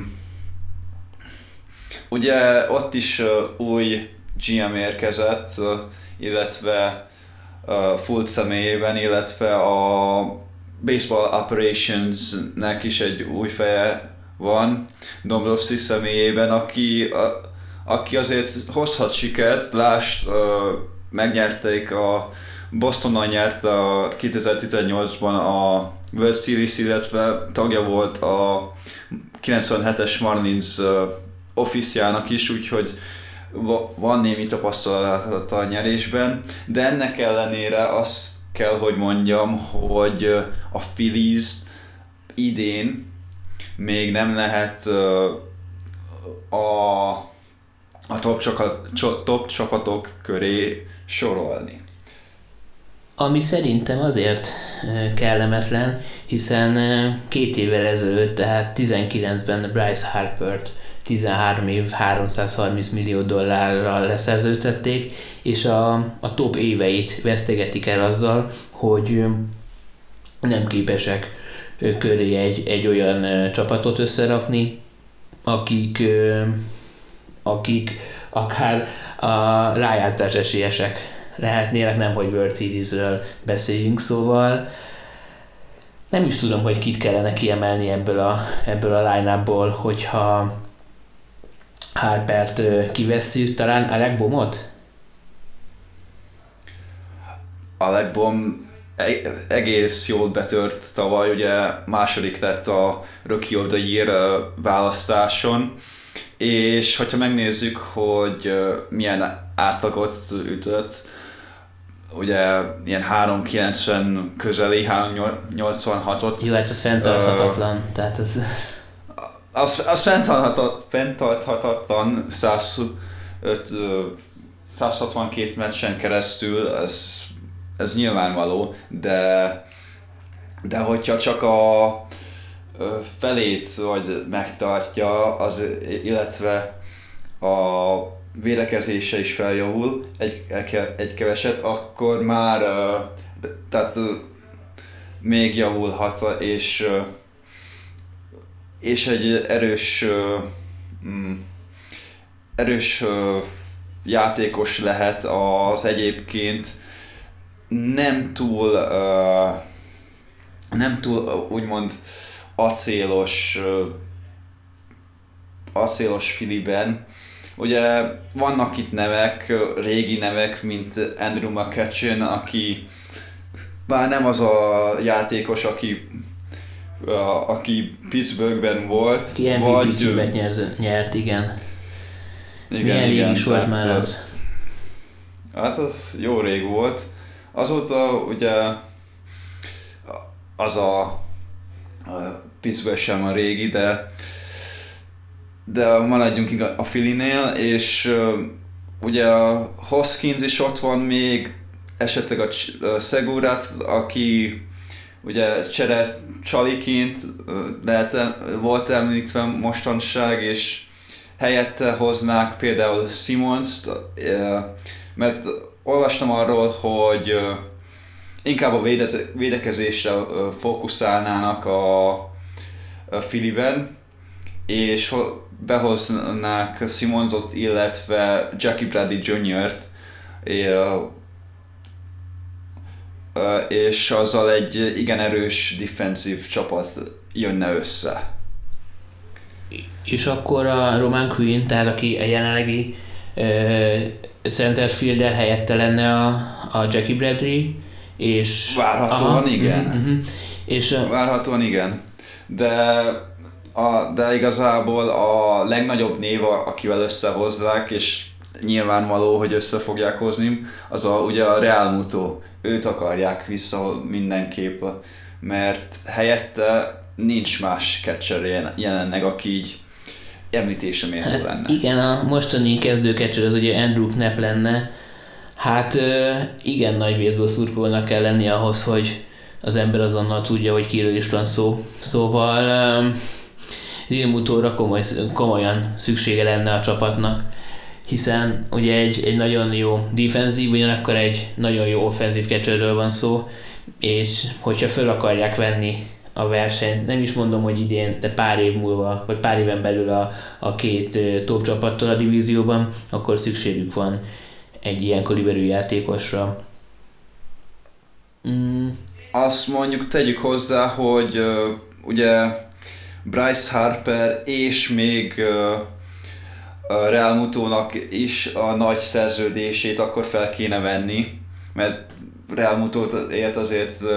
Ugye ott is új gé em érkezett, illetve Fultz személyében, illetve a Baseball Operationsnek is egy új feje van, Dombrowski személyében, aki, a, aki azért hozhat sikert. Lásd, uh, megnyerték a Bostonnal nyert a kétezer-tizennyolcban a World Series, illetve tagja volt a kilencvenhetes Marlins uh, office-jának is, úgyhogy van némi tapasztalata a nyerésben, de ennek ellenére azt kell, hogy mondjam, hogy a Phillies idén még nem lehet a, a top, csapat, top csapatok köré sorolni. Ami szerintem azért kellemetlen, hiszen két évvel ezelőtt, tehát tizenkilencben Bryce Harpert tizenhárom év háromszázharminc millió dollárral leszerződtették, és a, a top éveit vesztegetik el azzal, hogy nem képesek köré egy, egy olyan csapatot összerakni, akik, akik akár a rájátszás esélyesek lehetnének, nem hogy World Series-ről beszéljünk, szóval nem is tudom, hogy kit kellene kiemelni ebből a, ebből a line-upból, hogyha Harpert kivesszük, talán Alec Bohmot? Alec Bohm egész jól betört tavaly, ugye második lett a Rookie of the Year választáson, és hogyha megnézzük, hogy milyen átlagot ütött, ugye ilyen három kilencven közeli, három nyolcvanhatot. Jó, hát ez fenntarthatatlan, uh, tehát ez... Az, az fenntarthatatlan száz hatvankét meccsen keresztül, ez, ez nyilvánvaló, de, de hogyha csak a felét vagy megtartja, az, illetve a védekezése is feljavul egy, egy keveset, akkor már tehát még javulhat, és és egy erős erős játékos lehet az egyébként nem túl nem túl úgymond acélos acélos Phillyben. Ugye vannak itt nevek, régi nevek, mint Andrew McCutchen, aki már nem az a játékos, aki A, aki Pittsburghben volt, ki vagy... nyert, nyert, igen. Igen, milyen igen. Régi is volt már az? Hát az jó rég volt. Azóta ugye az a, a Pittsburgh sem a régi, de de maradjunk a Phillynél, és uh, ugye a Hoskins is ott van még, esetleg a Segurat, aki ugye csere csaliként lehet, volt említve mostanság, és helyette hoznák például Simmons-t, mert olvastam arról, hogy inkább a védekezésre fókuszálnának a Phillyben, és behoznák Simmonsot, illetve Jackie Bradley juniort, és azzal egy igen erős defensív csapat jönne össze. És akkor a Roman Quinn, tehát aki a jelenlegi uh, centerfielder helyette lenne a, a Jackie Bradley, és... Várhatóan aha, igen. Uh-huh, uh-huh. És, uh, Várhatóan igen. De, a, de igazából a legnagyobb név, akivel összehozzák, és nyilvánvaló, hogy össze fogják hozni, az a, ugye a Realmuto. Őt akarják vissza mindenképp, mert helyette nincs más catcher jelenleg, aki így említése méltó hát lenne. Igen, a mostani kezdő catcher az ugye Andrew Knapp lenne. Hát igen nagy baseball szurkolónak kell lenni ahhoz, hogy az ember azonnal tudja, hogy kiről is van szó. Szóval Realmutóra komoly, komolyan szüksége lenne a csapatnak, hiszen ugye egy, egy nagyon jó defenzív, ugyanakkor egy nagyon jó offenzív catcherről van szó, és hogyha föl akarják venni a versenyt, nem is mondom, hogy idén, de pár év múlva, vagy pár éven belül a, a két top csapattól a divízióban, akkor szükségük van egy ilyen kaliberű játékosra. Mm. Azt mondjuk tegyük hozzá, hogy uh, ugye Bryce Harper és még uh, a Realmutónak is a nagy szerződését akkor fel kéne venni, mert Realmutóért azért uh,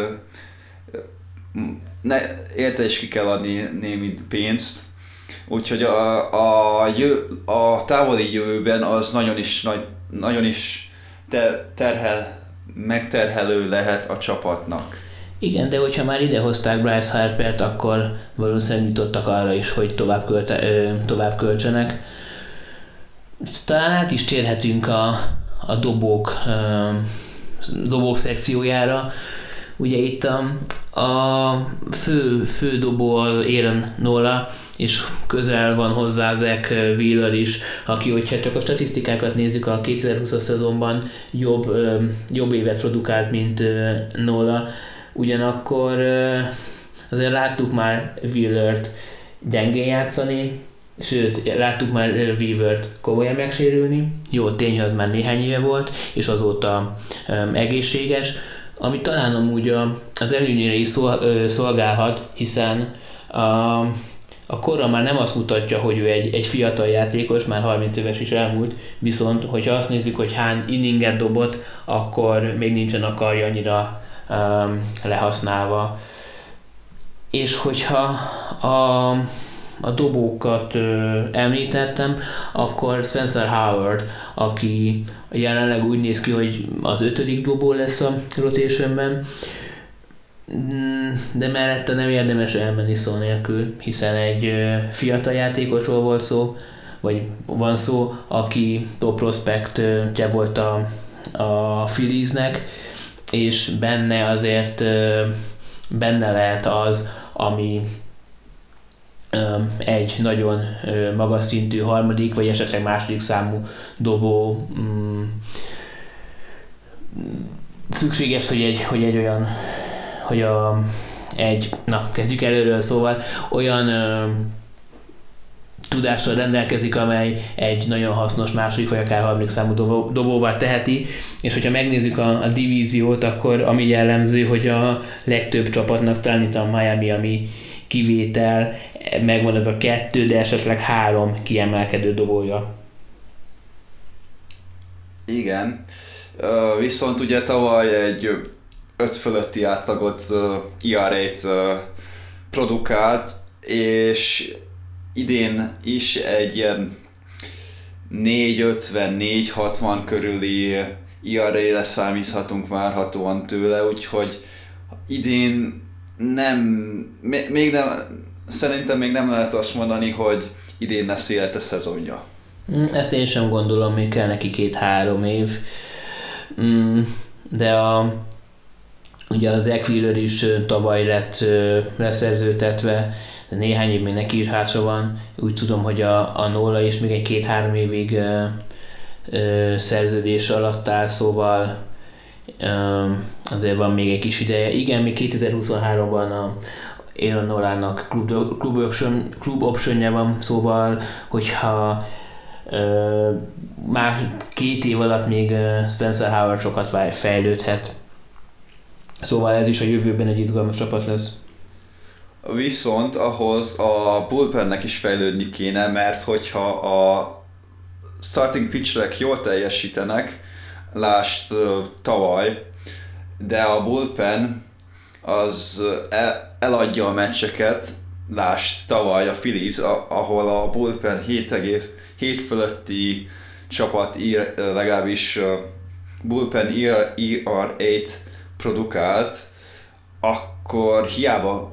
ne, érte is ki kell adni némi pénzt, úgyhogy a, a, jö, a távoli jövőben az nagyon is, nagy, nagyon is ter, terhel, megterhelő lehet a csapatnak. Igen, de hogyha már idehozták Bryce Harpert, akkor valószínűleg nyitottak arra is, hogy tovább, költe, ö, tovább költsenek. Talán át is térhetünk a, a dobók, ö, dobók szekciójára. Ugye itt a, a fő, fő dobó az Aaron Nola, és közel van hozzá Zach Wheeler is, aki, hogyha csak a statisztikákat nézzük, a kétezer-húszas szezonban jobb, ö, jobb évet produkált, mint ö, Nola. Ugyanakkor azért láttuk már Wheelert gyengén játszani, sőt, láttuk már Weavert komolyan megsérülni. Jó, tény, az már néhány éve volt, és azóta um, egészséges, ami talán amúgy a, az előnyére is szol, szolgálhat, hiszen a, a korra már nem azt mutatja, hogy ő egy, egy fiatal játékos, már harminc éves is elmúlt, viszont hogyha azt nézzük, hogy hány inninget dobott, akkor még nincsen a karja annyira Um, lehasználva. És hogyha a, a dobókat ö, említettem, akkor Spencer Howard, aki jelenleg úgy néz ki, hogy az ötödik dobó lesz a rotationben, de mellette nem érdemes elmenni szó nélkül, hiszen egy ö, fiatal játékosról volt szó, vagy van szó, aki top prospectje volt a, a Philliesnek, és benne azért benne lehet az, ami egy nagyon magas szintű harmadik, vagy esetleg második számú dobó. Szükséges, hogy egy, hogy egy olyan, hogy a, egy, na kezdjük előről, szóval olyan tudással rendelkezik, amely egy nagyon hasznos második vagy akár harmadik számú dobó, dobóvá teheti, és hogyha megnézzük a, a divíziót, akkor ami jellemző, hogy a legtöbb csapatnak talán itt a Miami, ami kivétel, megvan ez a kettő, de esetleg három kiemelkedő dobója. Igen, uh, viszont ugye tavaly egy öt fölötti átlagot uh, i er á-t uh, produkált, és idén is egy ilyen négy ötven négy hatvan körüli i er á-re számíthatunk várhatóan tőle, úgyhogy idén nem, még nem, szerintem még nem lehet azt mondani, hogy idén lesz élete szezonja. Ezt én sem gondolom, még kell neki két-három év. De a, ugye az Zach Wheeler is tavaly lett leszerződtetve, de néhány év még neki is hátra van. Úgy tudom, hogy a, a Nola is még egy két-három évig ö, ö, szerződés alatt áll, szóval ö, azért van még egy kis ideje. Igen, még kétezer-huszonháromban a Aaron Nolának klub, klub, option, klub optionja van, szóval hogyha ö, már két év alatt még Spencer Howard sokat fejlődhet. Szóval ez is a jövőben egy izgalmas csapat lesz. Viszont ahhoz a bullpennek is fejlődni kéne, mert hogyha a starting pitcherek jól teljesítenek, lásd tavaly, de a bullpen az el, eladja a meccseket, lásd tavaly a Phillies, ahol a bullpen hét egész hét fölötti csapat ír, legalábbis bullpen i er á-t produkált, akkor hiába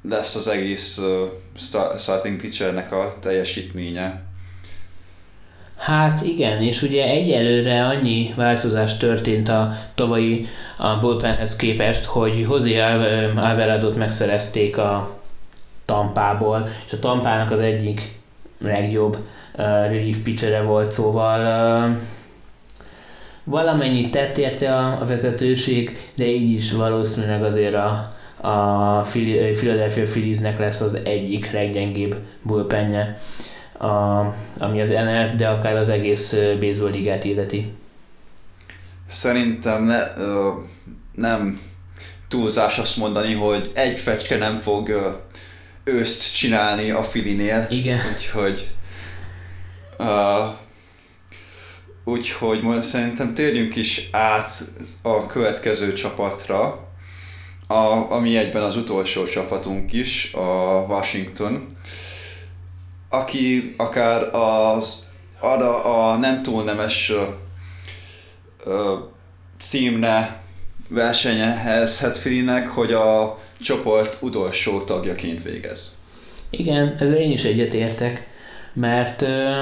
lesz az egész uh, starting pitchernek a teljesítménye. Hát igen, és ugye egyelőre annyi változás történt a tavalyi a bullpenhez képest, hogy José Alvaradót megszerezték a Tampából, és a Tampának az egyik legjobb uh, relief pitchere volt, szóval uh, valamennyit tett érte a, a vezetőség, de így is valószínűleg azért a, a Philadelphia Philliesnek lesz az egyik leggyengébb bullpenje, a, ami az en el, de akár az egész baseball ligát illeti. Szerintem ne, ö, nem túlzás azt mondani, hogy egy fecske nem fog ö, őszt csinálni a Phillynél. Igen. Úgyhogy uh, úgyhogy most szerintem térjünk is át a következő csapatra, a, ami egyben az utolsó csapatunk is, a Washington, aki akár az, arra a nem túl nemes uh, uh, címre versenyezhet Phillynek, hogy a csoport utolsó tagjaként végez. Igen, ezzel én is egyetértek, mert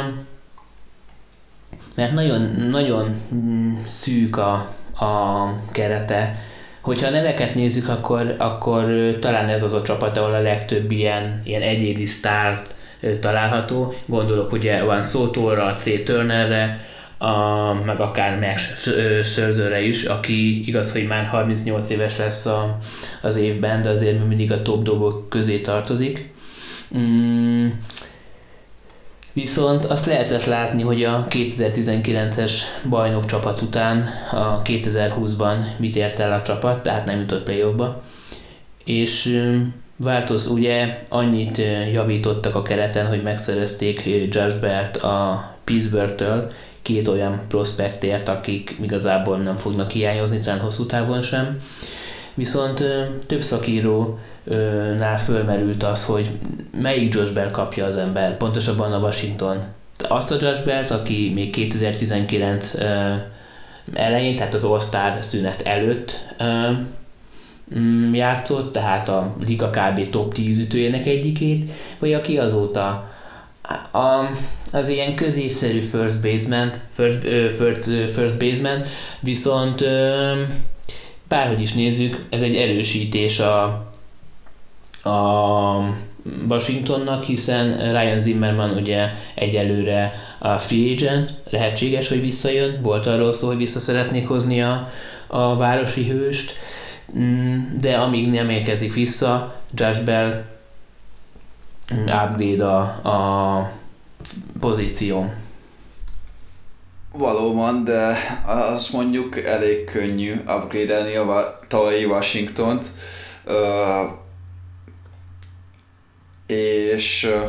mert nagyon, nagyon szűk a, a kerete. Hogyha a neveket nézzük, akkor, akkor talán ez az a csapat, ahol a legtöbb ilyen, ilyen egyéni sztárt található. Gondolok ugye Juan Sotóra, Trey Turnerre, a, meg akár Max Scherzerre is, aki igaz, hogy már harmincnyolc éves lesz a, az évben, de azért mindig a top dobok közé tartozik. Mm. Viszont azt lehetett látni, hogy a kétezer-tizenkilences bajnok csapat után a kétezer-húszban mit ért el a csapat, tehát nem jutott playoffba. És változ, ugye annyit javítottak a kereten, hogy megszerezték Josh Bellt a Pittsburghtől, két olyan prospektért, akik igazából nem fognak hiányozni, talán hosszú távon sem. Viszont több szakírónál fölmerült az, hogy melyik Josh Bell kapja az ember, pontosabban a Washington. Azt a Josh Bellt, aki még kétezer-tizenkilenc elején, tehát az All-Star szünet előtt játszott, tehát a liga kb. Top tíz ütőjének egyikét, vagy aki azóta a, az ilyen középszerű first baseman, first, first, first baseman, viszont bárhogy is nézzük, ez egy erősítés a, a Washingtonnak, hiszen Ryan Zimmerman ugye egyelőre a free agent, lehetséges, hogy visszajön, volt arról szó, hogy vissza szeretnék hozni a, a városi hőst, de amíg nem érkezik vissza, Josh Bell upgrade a, a pozíció. Valóban, de azt mondjuk elég könnyű upgrade-elni a tavalyi Washingtont, uh, és uh,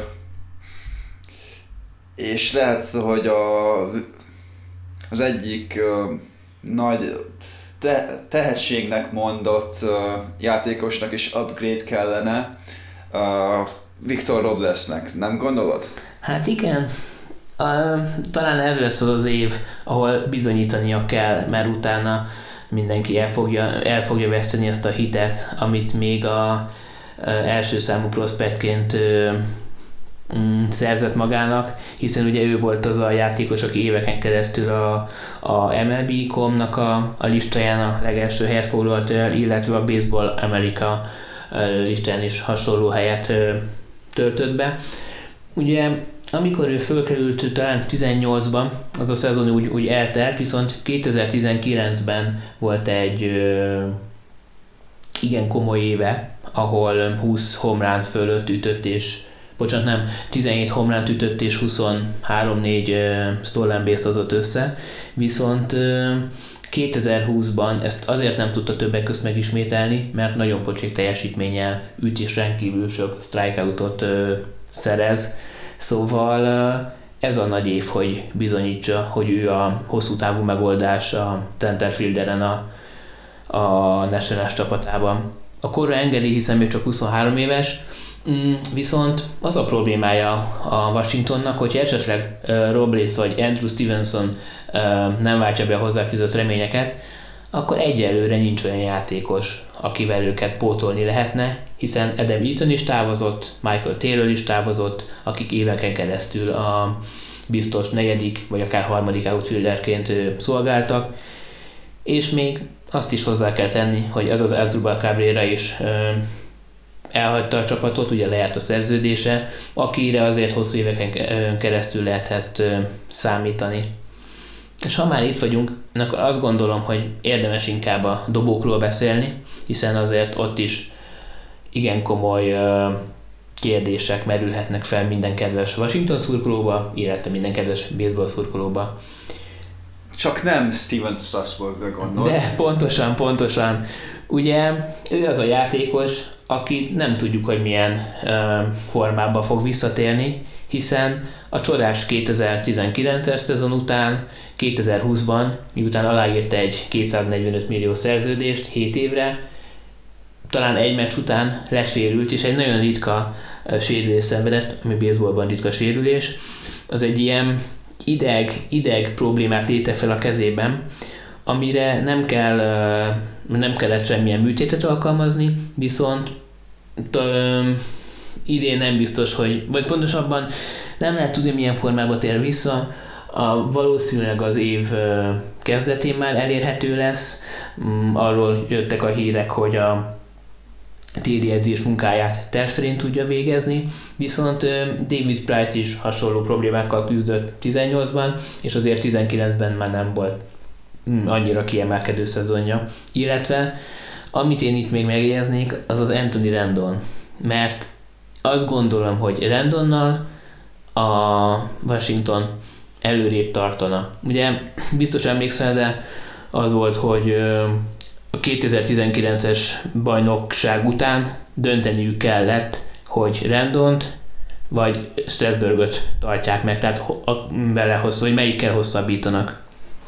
és lehet, hogy a, az egyik uh, nagy te, tehetségnek mondott uh, játékosnak is upgrade kellene, uh, Victor Roblesnek, nem gondolod? Hát igen. Uh, talán ez lesz az az év, ahol bizonyítania kell, mert utána mindenki el fogja, el fogja veszteni azt a hitet, amit még a uh, első számú prospektként uh, um, szerzett magának, hiszen ugye ő volt az a játékos, aki éveken keresztül a, a em el bé pont com-nak a, a listáján a legelső helyet foglalt el, illetve a Baseball America uh, listán is hasonló helyet uh, töltött be. Ugye amikor ő fölkerült talán tizennyolcban, az a szezon úgy, úgy eltelt, viszont kétezer-tizenkilencben volt egy ö, igen komoly éve, ahol húsz home run fölött ütött, és bocsánat nem, tizenhét home run ütött és huszonhárom négy stolen base-t hozott össze, viszont ö, kétezer-húszban ezt azért nem tudta többek közt megismételni, mert nagyon pocsék teljesítménnyel üt és rendkívül sok strikeoutot ö, szerez. Szóval ez a nagy év, hogy bizonyítsa, hogy ő a hosszú távú megoldás a center fielderen a, a Nationals csapatában. A korra engedi, hiszen még csak huszonhárom éves, viszont az a problémája a Washingtonnak, hogyha esetleg Robles vagy Andrew Stevenson nem váltja be a hozzáfűzött reményeket, akkor egyelőre nincs olyan játékos, akivel őket pótolni lehetne, hiszen Adam Eaton is távozott, Michael Taylor is távozott, akik éveken keresztül a biztos negyedik vagy akár harmadik outfielderként szolgáltak, és még azt is hozzá kell tenni, hogy ez az Asdrubal Cabrera is ö, elhagyta a csapatot, ugye lejárt a szerződése, akire azért hosszú éveken keresztül lehetett ö, számítani. És ha már itt vagyunk, akkor azt gondolom, hogy érdemes inkább a dobókról beszélni, hiszen azért ott is igen komoly ö, kérdések merülhetnek fel minden kedves Washington szurkolóba, illetve minden kedves baseball szurkolóba. Csak nem Steven Strasburgra gondolsz. De pontosan, pontosan. Ugye ő az a játékos, aki nem tudjuk, hogy milyen ö, formában fog visszatérni, hiszen a csodás kétezer-tizenkilences szezon után, kétezer-húszban, miután aláírt egy kétszáznegyvenöt millió szerződést hét évre, talán egy meccs után lesérült, és egy nagyon ritka uh, sérülés szenvedett, ami baseballban ritka sérülés. Az egy ilyen ideg, ideg problémát lépte fel a kezében, amire nem kell, uh, nem kellett semmilyen műtétet alkalmazni, viszont t- uh, idén nem biztos, hogy, vagy pontosabban nem lehet tudni, milyen formában tér vissza. A, valószínűleg az év uh, kezdetén már elérhető lesz. Um, arról jöttek a hírek, hogy a téli edzés munkáját terv szerint tudja végezni, viszont David Price is hasonló problémákkal küzdött tizennyolcban, és azért tizenkilencben már nem volt annyira kiemelkedő szezonja. Illetve, amit én itt még megjegyeznék, az az Anthony Rendon, mert azt gondolom, hogy Rendonnal a Washington előrébb tartana. Ugye biztos emlékszel, de az volt, hogy a kétezer-tizenkilences bajnokság után dönteniük kellett, hogy Rendont vagy Strasburgot tartják meg, tehát vele hosszú, hogy melyikkel hosszabbítanak.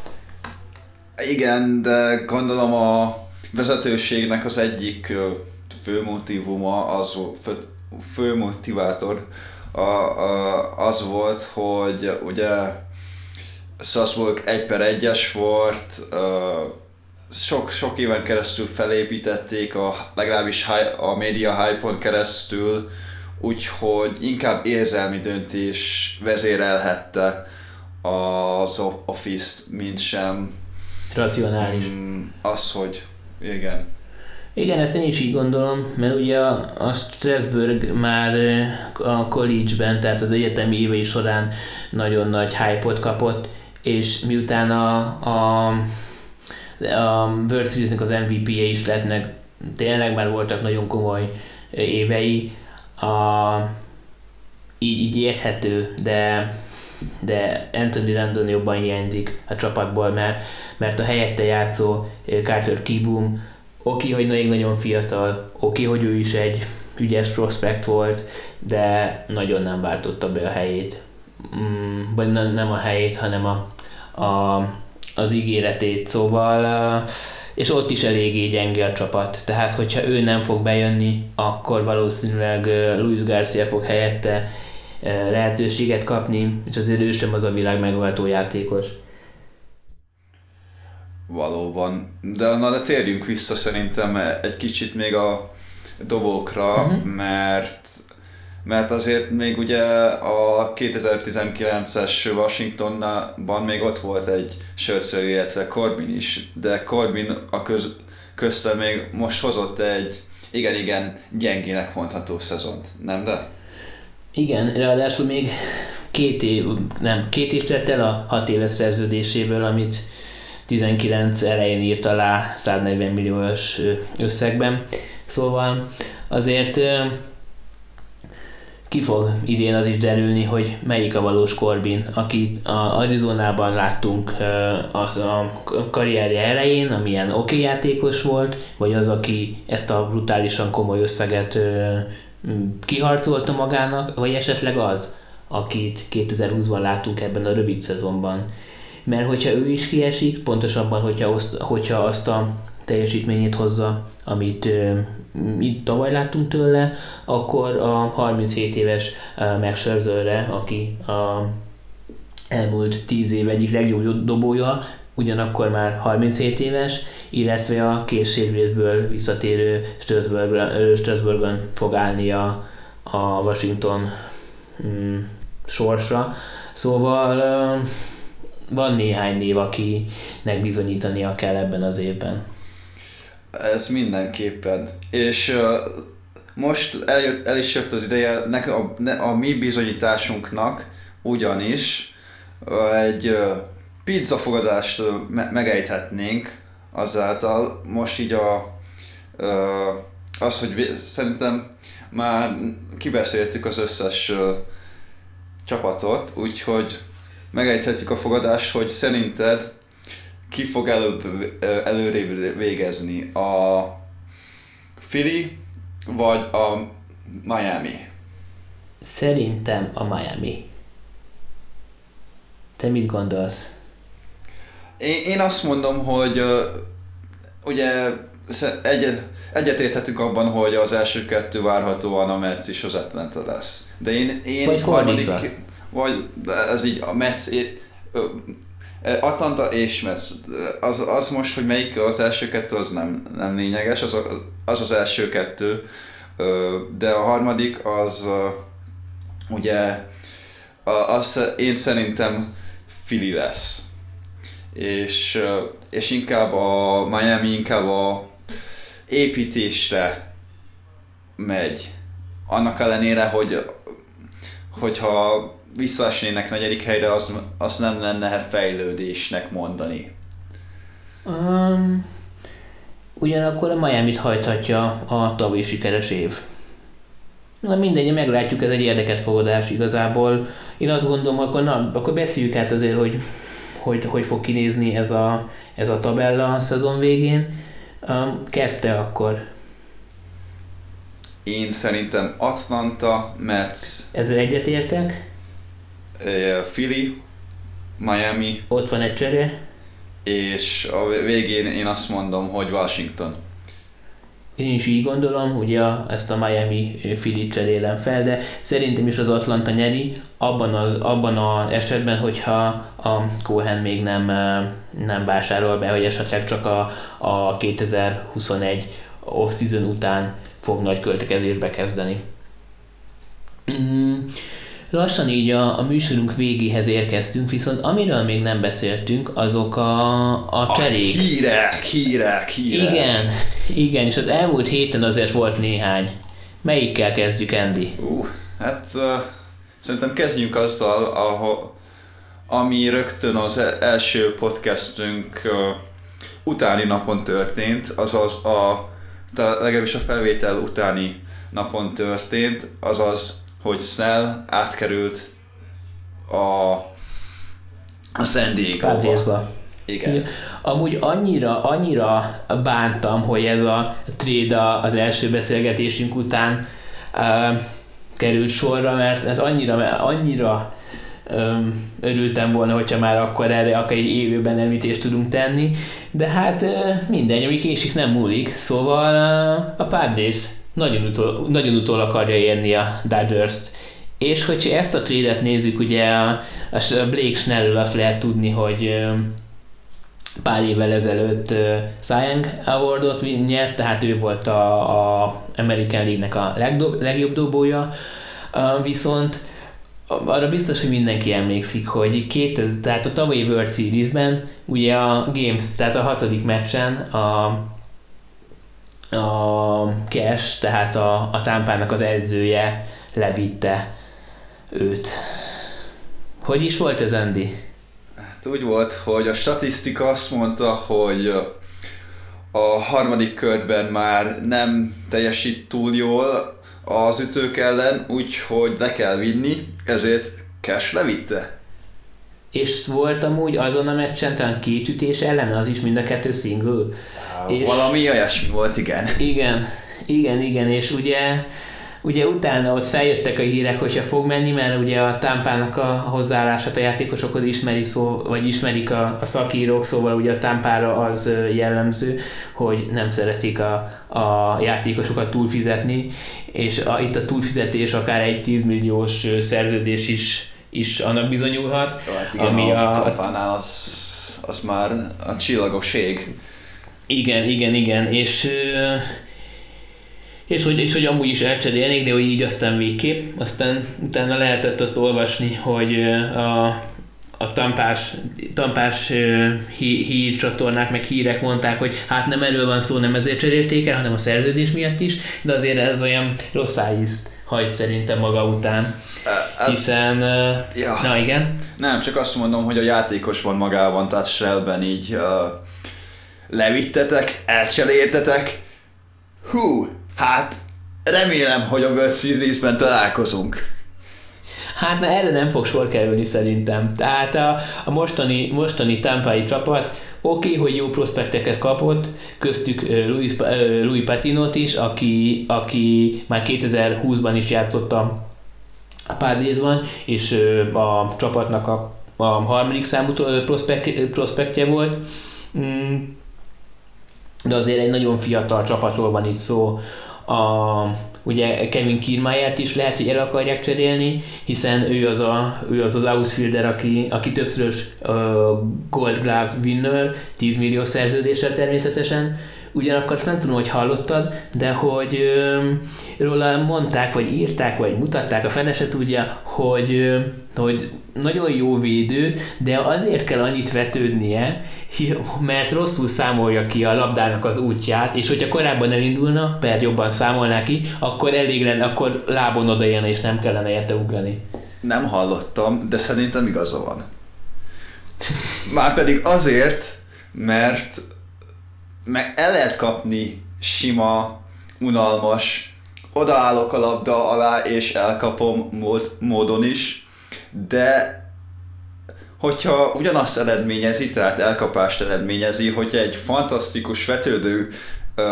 Igen, de gondolom a vezetőségnek az egyik fő motívuma, az fő, fő motivátor a, a, az volt, hogy ugye Strasburg egy per egyes volt, sok, sok éven keresztül felépítették, a, legalábbis high, a média hype-on keresztül, úgyhogy inkább érzelmi döntés vezérelhette az Office-t, mint sem racionális. Mm, az, hogy igen. Igen, ezt én is így gondolom, mert ugye a, a Strasburg már a college-ben, tehát az egyetemi évei során nagyon nagy hype-ot kapott, és miután a, a, a World Series-nek az em vé pé-je is lehetnek, tényleg már voltak nagyon komoly évei, a, így, így érthető, de, de Anthony Rendon jobban hiányzik a csapatból, mert, mert a helyette játszó Carter Kieboom, oké, hogy még nagyon fiatal, oké, hogy ő is egy ügyes prospekt volt, de nagyon nem váltotta be a helyét. Mm, vagy nem, nem a helyét, hanem a, a, az ígéretét, szóval, és ott is eléggé gyenge a csapat. Tehát, hogyha ő nem fog bejönni, akkor valószínűleg Luis Garcia fog helyette lehetőséget kapni, és azért ő sem az a világ megváltó játékos. Valóban. De, na, de térjünk vissza szerintem egy kicsit még a dobókra, uh-huh. mert, mert azért még ugye a kétezer-tizenkilences Washingtonban még ott volt egy Scherzer, illetve Corbin is, de Corbin a köz, közte még most hozott egy igen-igen gyengének mondható szezont, nem de? Igen, ráadásul még két év, nem, két év telt el a hat éves szerződéséből, amit tizenkilenc elején írt alá száznegyven milliós összegben. Szóval azért ki fog idén az is derülni, hogy melyik a valós Corbin, akit a Arizonában láttunk az a karrierje elején, amilyen oké okay játékos volt, vagy az, aki ezt a brutálisan komoly összeget kiharcolta magának, vagy esetleg az, akit kétezer-húszban láttunk ebben a rövid szezonban. Mert hogyha ő is kiesik, pontosabban, hogyha, azt, hogyha azt a teljesítményét hozza, amit uh, itt tavaly láttunk tőle, akkor a harminchét éves uh, Max Scherzerre, aki a elmúlt tíz év egyik legjobb dobója, ugyanakkor már harminchét éves, illetve a készsérülésből visszatérő Strasbourg- Strasbourgon fog állni a, a Washington mm, sorsa. Szóval uh, van néhány név, akinek bizonyítania kell ebben az évben. Ez mindenképpen. És uh, most eljött, el is jött az ideje nek, a, ne, a mi bizonyításunknak, ugyanis uh, egy uh, pizzafogadást uh, me- megejthetnénk azáltal. Most így a, uh, az, hogy vé- szerintem már kibeszéltük az összes uh, csapatot, úgyhogy megejthetjük a fogadást, hogy szerinted ki fog előbb, előrébb végezni, a Philly vagy a Miami? Szerintem a Miami. Te mit gondolsz? Én, én azt mondom, hogy uh, ugye egyet, egyetérthetünk abban, hogy az első kettő várhatóan a Mets és az Atlanta lesz. De én, én vagy harmadik, vagy ez így a Mets, Atlanta és Mets, az, az most, hogy melyik az első kettő, az nem, nem lényeges, az, a, az az első kettő, de a harmadik az ugye, az én szerintem Philly lesz. És, és inkább a Miami inkább a építésre megy. Annak ellenére, hogy hogyha visszaesnének negyedik helyre, az, az nem lenne fejlődésnek mondani. Um, ugyanakkor a Miamit hajthatja a tavalyi sikeres év. Na mindegy, meglátjuk, ez egy érdekes fogadás igazából. Én azt gondolom, akkor, na, akkor beszéljük át azért, hogy hogy, hogy fog kinézni ez a, ez a tabella a szezon végén. Um, kezdte akkor. Én szerintem Atlanta, Mets, ezzel egyetértek. Philly, Miami. Ott van egy csere. És a végén én azt mondom, hogy Washington. Én is így gondolom, ugye ezt a Miami Philly cserélem fel, de szerintem is az Atlanta nyeri, abban az abban az esetben, hogyha a Cohen még nem, nem vásárol be, hogy esetleg csak a, a kétezer-huszonegy off-season után fog nagy költekezésbe kezdeni. Mm. Lassan így a, a műsorunk végéhez érkeztünk, viszont amiről még nem beszéltünk, azok a, a cserék. A hírek, hírek, hírek. Igen, igen, és az elmúlt héten azért volt néhány. Melyikkel kezdjük, Andy? Uh, hát uh, szerintem kezdjünk azzal, ahol, ami rögtön az első podcastünk uh, utáni napon történt, azaz a, legalábbis a felvétel utáni napon történt, azaz hogy Snell átkerült a, a San Diego-ba. Igen. Igen. Amúgy annyira, annyira bántam, hogy ez a trade az első beszélgetésünk után uh, került sorra, mert ez annyira, annyira um, örültem volna, hogyha már akkor erre akár egy élőben említést tudunk tenni, de hát uh, mindegy, ami késik, nem múlik, szóval uh, a Padres nagyon utol, nagyon utol akarja érni a Dodgers-t. És hogyha ezt a trade-et nézzük, ugye a, a Blake Snellről azt lehet tudni, hogy pár évvel ezelőtt Cy Young Awardot nyert, tehát ő volt a, a American League-nek a legdob, legjobb dobója, viszont arra biztos, hogy mindenki emlékszik, hogy kétezer, tehát a tavalyi World Series-ben ugye a Games, tehát a hatodik meccsen a a Cash, tehát a, a Tampának az edzője levitte őt. Hogy is volt ez, Andy? Hát úgy volt, hogy a statisztika azt mondta, hogy a harmadik körben már nem teljesít túl jól az ütők ellen, úgyhogy le kell vinni, ezért Cash levitte. És volt amúgy azon a meccsen talán két ütés ellen, az is mind a kettő single. És valami olyasmi volt, igen. Igen, igen, igen, és ugye, ugye utána ott feljöttek a hírek, hogyha fog menni, mert ugye a Tampának a hozzáállását a játékosokhoz ismeri szó, vagy ismerik a, a szakírók, szóval ugye a Tampára az jellemző, hogy nem szeretik a, a játékosokat túlfizetni, és a, itt a túlfizetés akár egy tíz milliós szerződés is, is annak bizonyulhat. Hát igen, ami a, a Tampánál az az már a csillagoség. Igen, igen, igen, és, és, hogy, és hogy amúgy is elcserélnék, de hogy így aztán végképp. Aztán utána lehetett azt olvasni, hogy a, a tampás, tampás hí, hírcsatornák, meg hírek mondták, hogy hát nem erről van szó, nem ezért cserélték el, hanem a szerződés miatt is, de azért ez olyan rossz ízt hagy szerintem maga után. Hiszen... Ja. Na igen? Nem, csak azt mondom, hogy a játékos van magában, tehát Shellben így uh, levittetek, elcseréltetek. Hú, hát remélem, hogy a World Series-ben találkozunk. Hát na, erre nem fog sor kerülni szerintem. Tehát a, a mostani, mostani Tampa-i csapat oké, okay, hogy jó prospekteket kapott, köztük uh, Luis, uh, Louis Patinot is, aki, aki már kétezer-húszban is játszott a Padresban, és uh, a csapatnak a, a harmadik számú prospekt, prospektje volt. Mm, de azért egy nagyon fiatal csapatról van itt szó. A, ugye Kevin Kiermaiert is lehet, hogy el akarják cserélni, hiszen ő az a, ő az, az outfielder, aki, aki többszörös uh, Gold Glove winner, tíz millió szerződéssel természetesen. Ugyanakkor azt nem tudom, hogy hallottad, de hogy ö, róla mondták, vagy írták, vagy mutatták, a fene se tudja, hogy, ö, hogy nagyon jó védő, de azért kell annyit vetődnie, mert rosszul számolja ki a labdának az útját, és hogyha korábban elindulna, per jobban számolná ki, akkor elég lenne, akkor lábon odaérne, és nem kellene érte ugrani. Nem hallottam, de szerintem igaza van. Márpedig azért, mert meg el lehet kapni sima, unalmas, odaállok a labda alá és elkapom mód, módon is, de hogyha ugyanazt eredményezi, tehát elkapást eredményezi, hogy egy fantasztikus vetődő uh,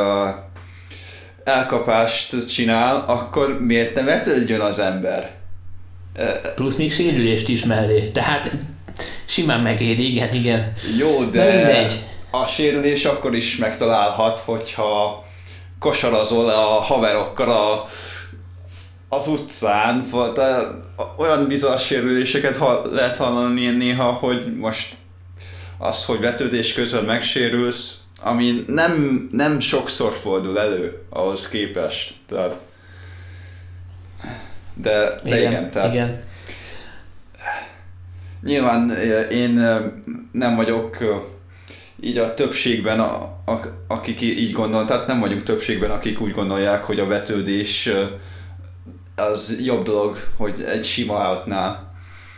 elkapást csinál, akkor miért ne vetődjön az ember? Uh, Plusz még sérülést is mellé, tehát simán megéri, igen, igen. Jó, de a sérülés akkor is megtalálhat, hogyha kosarazol a haverokkal a, az utcán. Olyan bizarr sérüléseket lehet hallani néha, hogy most az, hogy vetődés közben megsérülsz, ami nem, nem sokszor fordul elő ahhoz képest. Tehát, de, de igen, igen, tehát igen. Nyilván én nem vagyok így a többségben, a, a, akik így gondolnak, tehát nem vagyunk többségben, akik úgy gondolják, hogy a vetődés az jobb dolog, hogy egy sima outnál.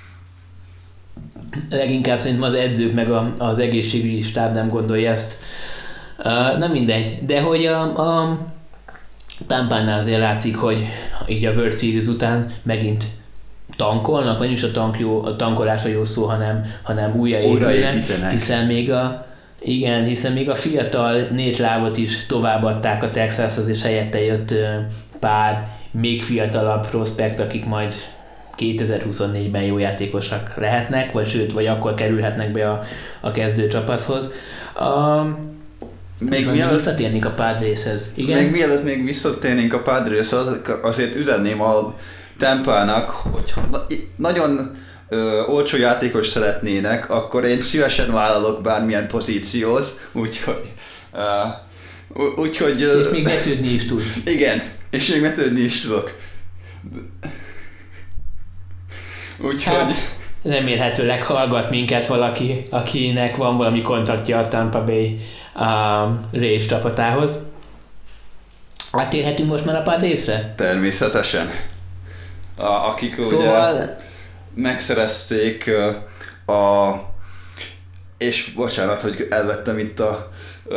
Leginkább szerintem az edzők meg a, az egészségügyi stáb nem gondolja ezt. Uh, nem mindegy, de hogy a, a Tampánál azért látszik, hogy így a World Series után megint tankolnak, vagy is a, tank jó, a tankolás a jó szó, hanem, hanem újraépülnek, hiszen még a igen, hiszen még a fiatal Nate Love-ot is továbbadták a Texashoz, és helyette jött pár még fiatalabb prospekt, akik majd kétezer-huszonnégyben jó játékosak lehetnek, vagy sőt, vagy akkor kerülhetnek be a, a kezdőcsapathoz. A, még mielőtt visszatérnénk a Padreshez. Igen? Még mielőtt még visszatérnénk a Padreshez, az, azért üzenném a Tampának, hogy nagyon ö, olcsó játékos szeretnének, akkor én szívesen vállalok bármilyen pozíciót, úgyhogy... Uh, úgyhogy uh, és még vetődni is tudsz. Igen, és még vetődni is tudok. Úgyhogy... Hát, remélhetőleg hallgat minket valaki, akinek van valami kontaktja a Tampa Bay um, Rays csapatához. Átérhetünk most már a Padresre? Természetesen. A, akik szóval... ugye megszerezték a... És bocsánat, hogy elvettem itt a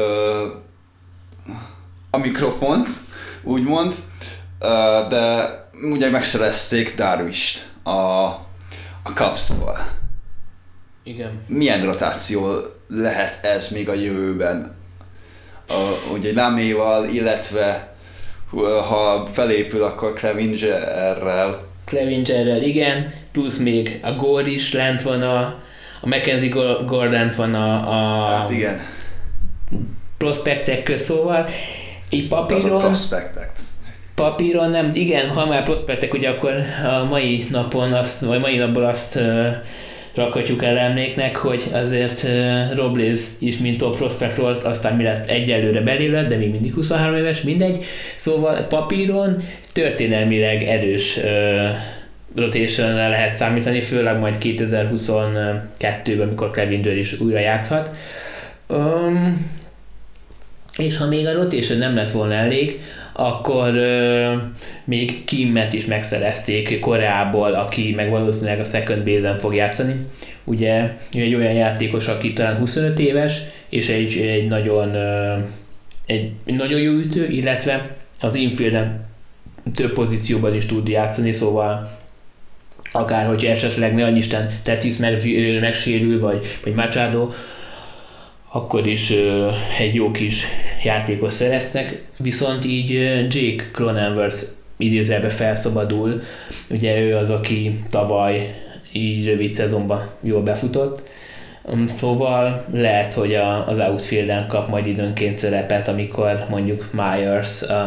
a mikrofont, úgymond, de ugye megszerezték Darvist a, a Cubs-tól. Igen. Milyen rotáció lehet ez még a jövőben? A, ugye Laméval, illetve ha felépül, akkor Clevingerrel. Clevingerrel, igen, plusz még a Gore is lent van, a, a Mackenzie Gordon van a, a hát igen. prospektek köz, szóval így papíron... Az a prospektek. Papíron nem, igen, ha már prospektek, ugye akkor a mai napon, azt, vagy mai napból azt uh, rakhatjuk el emléknek, hogy azért uh, Rob Blaze is mint top prospect volt, aztán mi lett egyelőre belül lett, de még mindig huszonhárom éves, mindegy. Szóval papíron történelmileg erős uh, rotationre lehet számítani, főleg majd kétezer-huszonkettőben, amikor Clevinger is újra játszhat. Um, és ha még a rotation nem lett volna elég, akkor uh, még Kimmet is megszerezték Koreából, aki meg valószínűleg a second base-en fog játszani. Ugye egy olyan játékos, aki talán huszonöt éves, és egy, egy, nagyon, uh, egy nagyon jó ütő, illetve az infielden több pozícióban is tud játszani, szóval akár, hogyha esetleg ne annyiisten Tatis meg, megsérül, vagy, vagy Machado, akkor is uh, egy jó kis játékos szereztek, viszont így uh, Jake Cronenworth idézelbe felszabadul, ugye ő az, aki tavaly így rövid szezonban jól befutott, um, szóval lehet, hogy a, az outfielden kap majd időnként szerepet, amikor mondjuk Myers uh,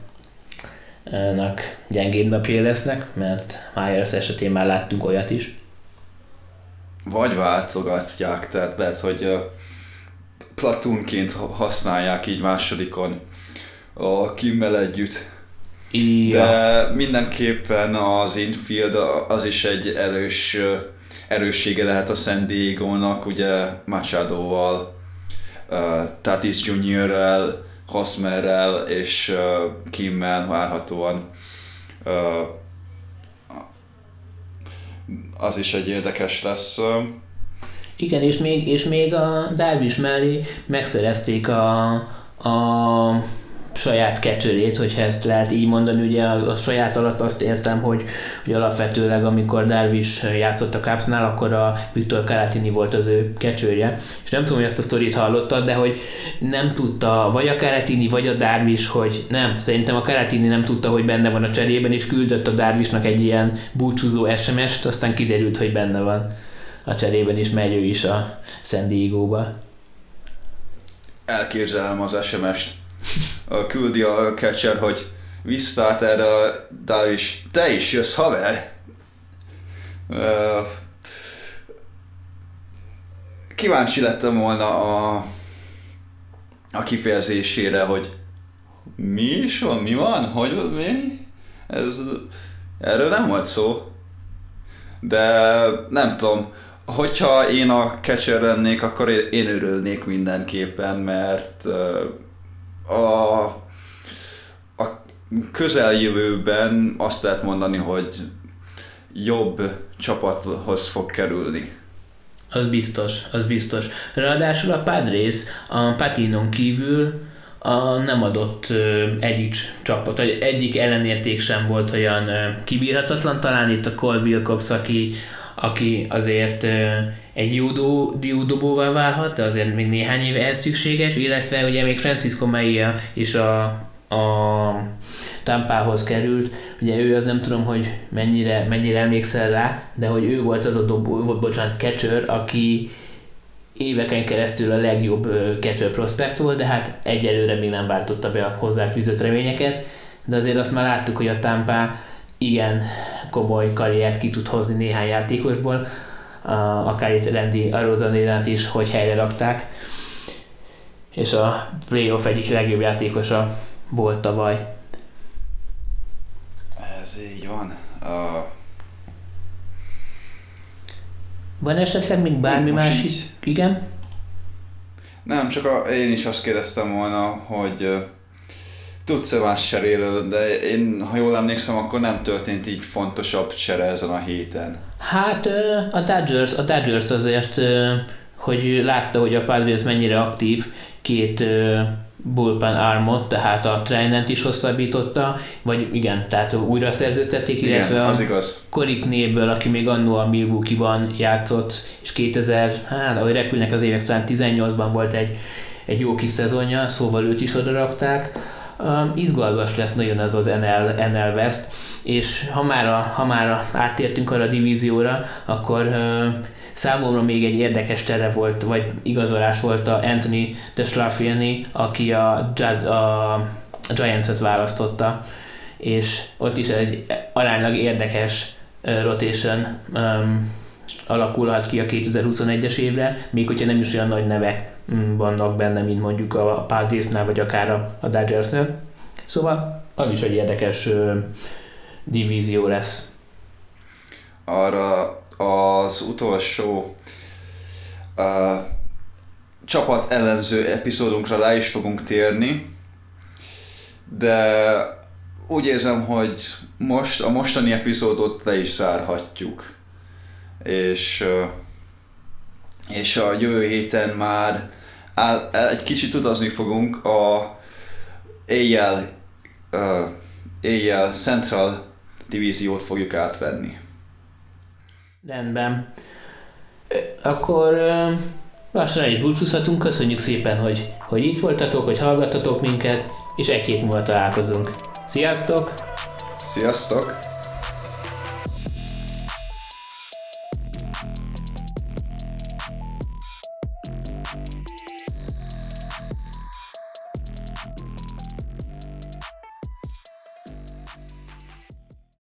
nak gyengébb napjai lesznek, mert Myers esetén már láttunk olyat is. Vagy váltogatják, tehát lehet, hogy uh, platoonként használják így másodikon a Kimmel együtt. Ja. De mindenképpen az infield az is egy erős erőssége lehet a San Diego-nak, ugye Machadóval, uh, Tatis juniorrel, Hosmerrel és uh, Kimmel várhatóan. Uh, az is egy érdekes lesz. Igen, és még, és még a Darvish mellé megszerezték a, a saját catcherét, hogyha ezt lehet így mondani, ugye a, a saját alatt azt értem, hogy, hogy alapvetőleg amikor Darvish játszott a Cubsnál, akkor a Victor Caratini volt az ő catcherje, és nem tudom, hogy azt a sztorit hallottad, de hogy nem tudta, vagy a Caratini, vagy a Darvish, hogy nem, szerintem a Caratini nem tudta, hogy benne van a cserében, és küldött a Darvishnak egy ilyen búcsúzó es em est, aztán kiderült, hogy benne van a cserében is, megy ő is a San Diego-ba. Elképzelem az es em est. Küldi a catcher, hogy visszát erre a Darvish, te is jössz, haver! Kíváncsi lettem volna a, a kifejezésére, hogy mi is van, mi van, hogy mi? Ez, erről nem volt szó. De nem tudom, hogyha én a catcher lennék, akkor én örülnék mindenképpen, mert a, a közeljövőben azt lehet mondani, hogy jobb csapathoz fog kerülni. Az biztos, az biztos. Ráadásul a Padres a Patinon kívül a nem adott uh, egyik csapat, vagy egyik ellenérték sem volt olyan uh, kibírhatatlan, talán itt a Cole Wilcox, aki, aki azért uh, egy jó, do, jó dobóval válhat, de azért még néhány éve ez szükséges, illetve ugye még Francisco Mejia is a, a Tampához került, ugye ő az nem tudom, hogy mennyire, mennyire emlékszel rá, de hogy ő volt az a dobó, bocsánat, catcher, aki éveken keresztül a legjobb catcher prospect volt, de hát egyelőre még nem váltotta be a hozzáfűzött reményeket, de azért azt már láttuk, hogy a Tampa igen komoly karriert ki tud hozni néhány játékosból, akár itt Randy Arozarena-t is, hogy helyre rakták, és a playoff egyik legjobb játékosa volt tavaly. Ez így van. Uh... Van esetleg még bármi másik? Így... Igen? Nem, csak a, én is azt kérdeztem volna, hogy uh, tudsz-e más cseréről, de én, ha jól emlékszem, akkor nem történt így fontosabb csere ezen a héten. Hát uh, a Dodgers, a Dodgers azért, uh, hogy látta, hogy a Padres mennyire aktív, két uh, bullpen armot, tehát a Trainert is hosszabbította, vagy igen, tehát újra szerződtették, illetve igen, az a igaz. Corey Knebel, aki még annó a Milwaukee-ban játszott, és kétezer, hát ahogy repülnek az évek, talán tizennyolcban volt egy, egy jó kis szezonja, szóval őt is oda rakták. Um, izgalmas lesz nagyon ez az en el, en el West, és ha már, a, ha már áttértünk arra a divízióra, akkor uh, számomra még egy érdekes tere volt, vagy igazolás volt a Anthony DeSclafani, aki a, a Giants-et választotta, és ott is egy aránylag érdekes uh, rotation um, alakulhat ki a kétezer-huszonegyes évre, még hogyha nem is olyan nagy nevek vannak benne, mint mondjuk a Padresnál, vagy akár a Dodgersnél. Szóval az is egy érdekes ö, divízió lesz. Arra az utolsó uh, csapat ellenző epizódunkra rá is fogunk térni, de úgy érzem, hogy most a mostani epizódot le is zárhatjuk. És, uh, és a jövő héten már áll, egy kicsit utazni fogunk a éjjel, uh, éjjel Central divíziót fogjuk átvenni. Rendben. Akkor lassan el is búcsúzhatunk. Köszönjük szépen, hogy, hogy itt voltatok, hogy hallgattatok minket, és egy hét múlva találkozunk. Sziasztok! Sziasztok!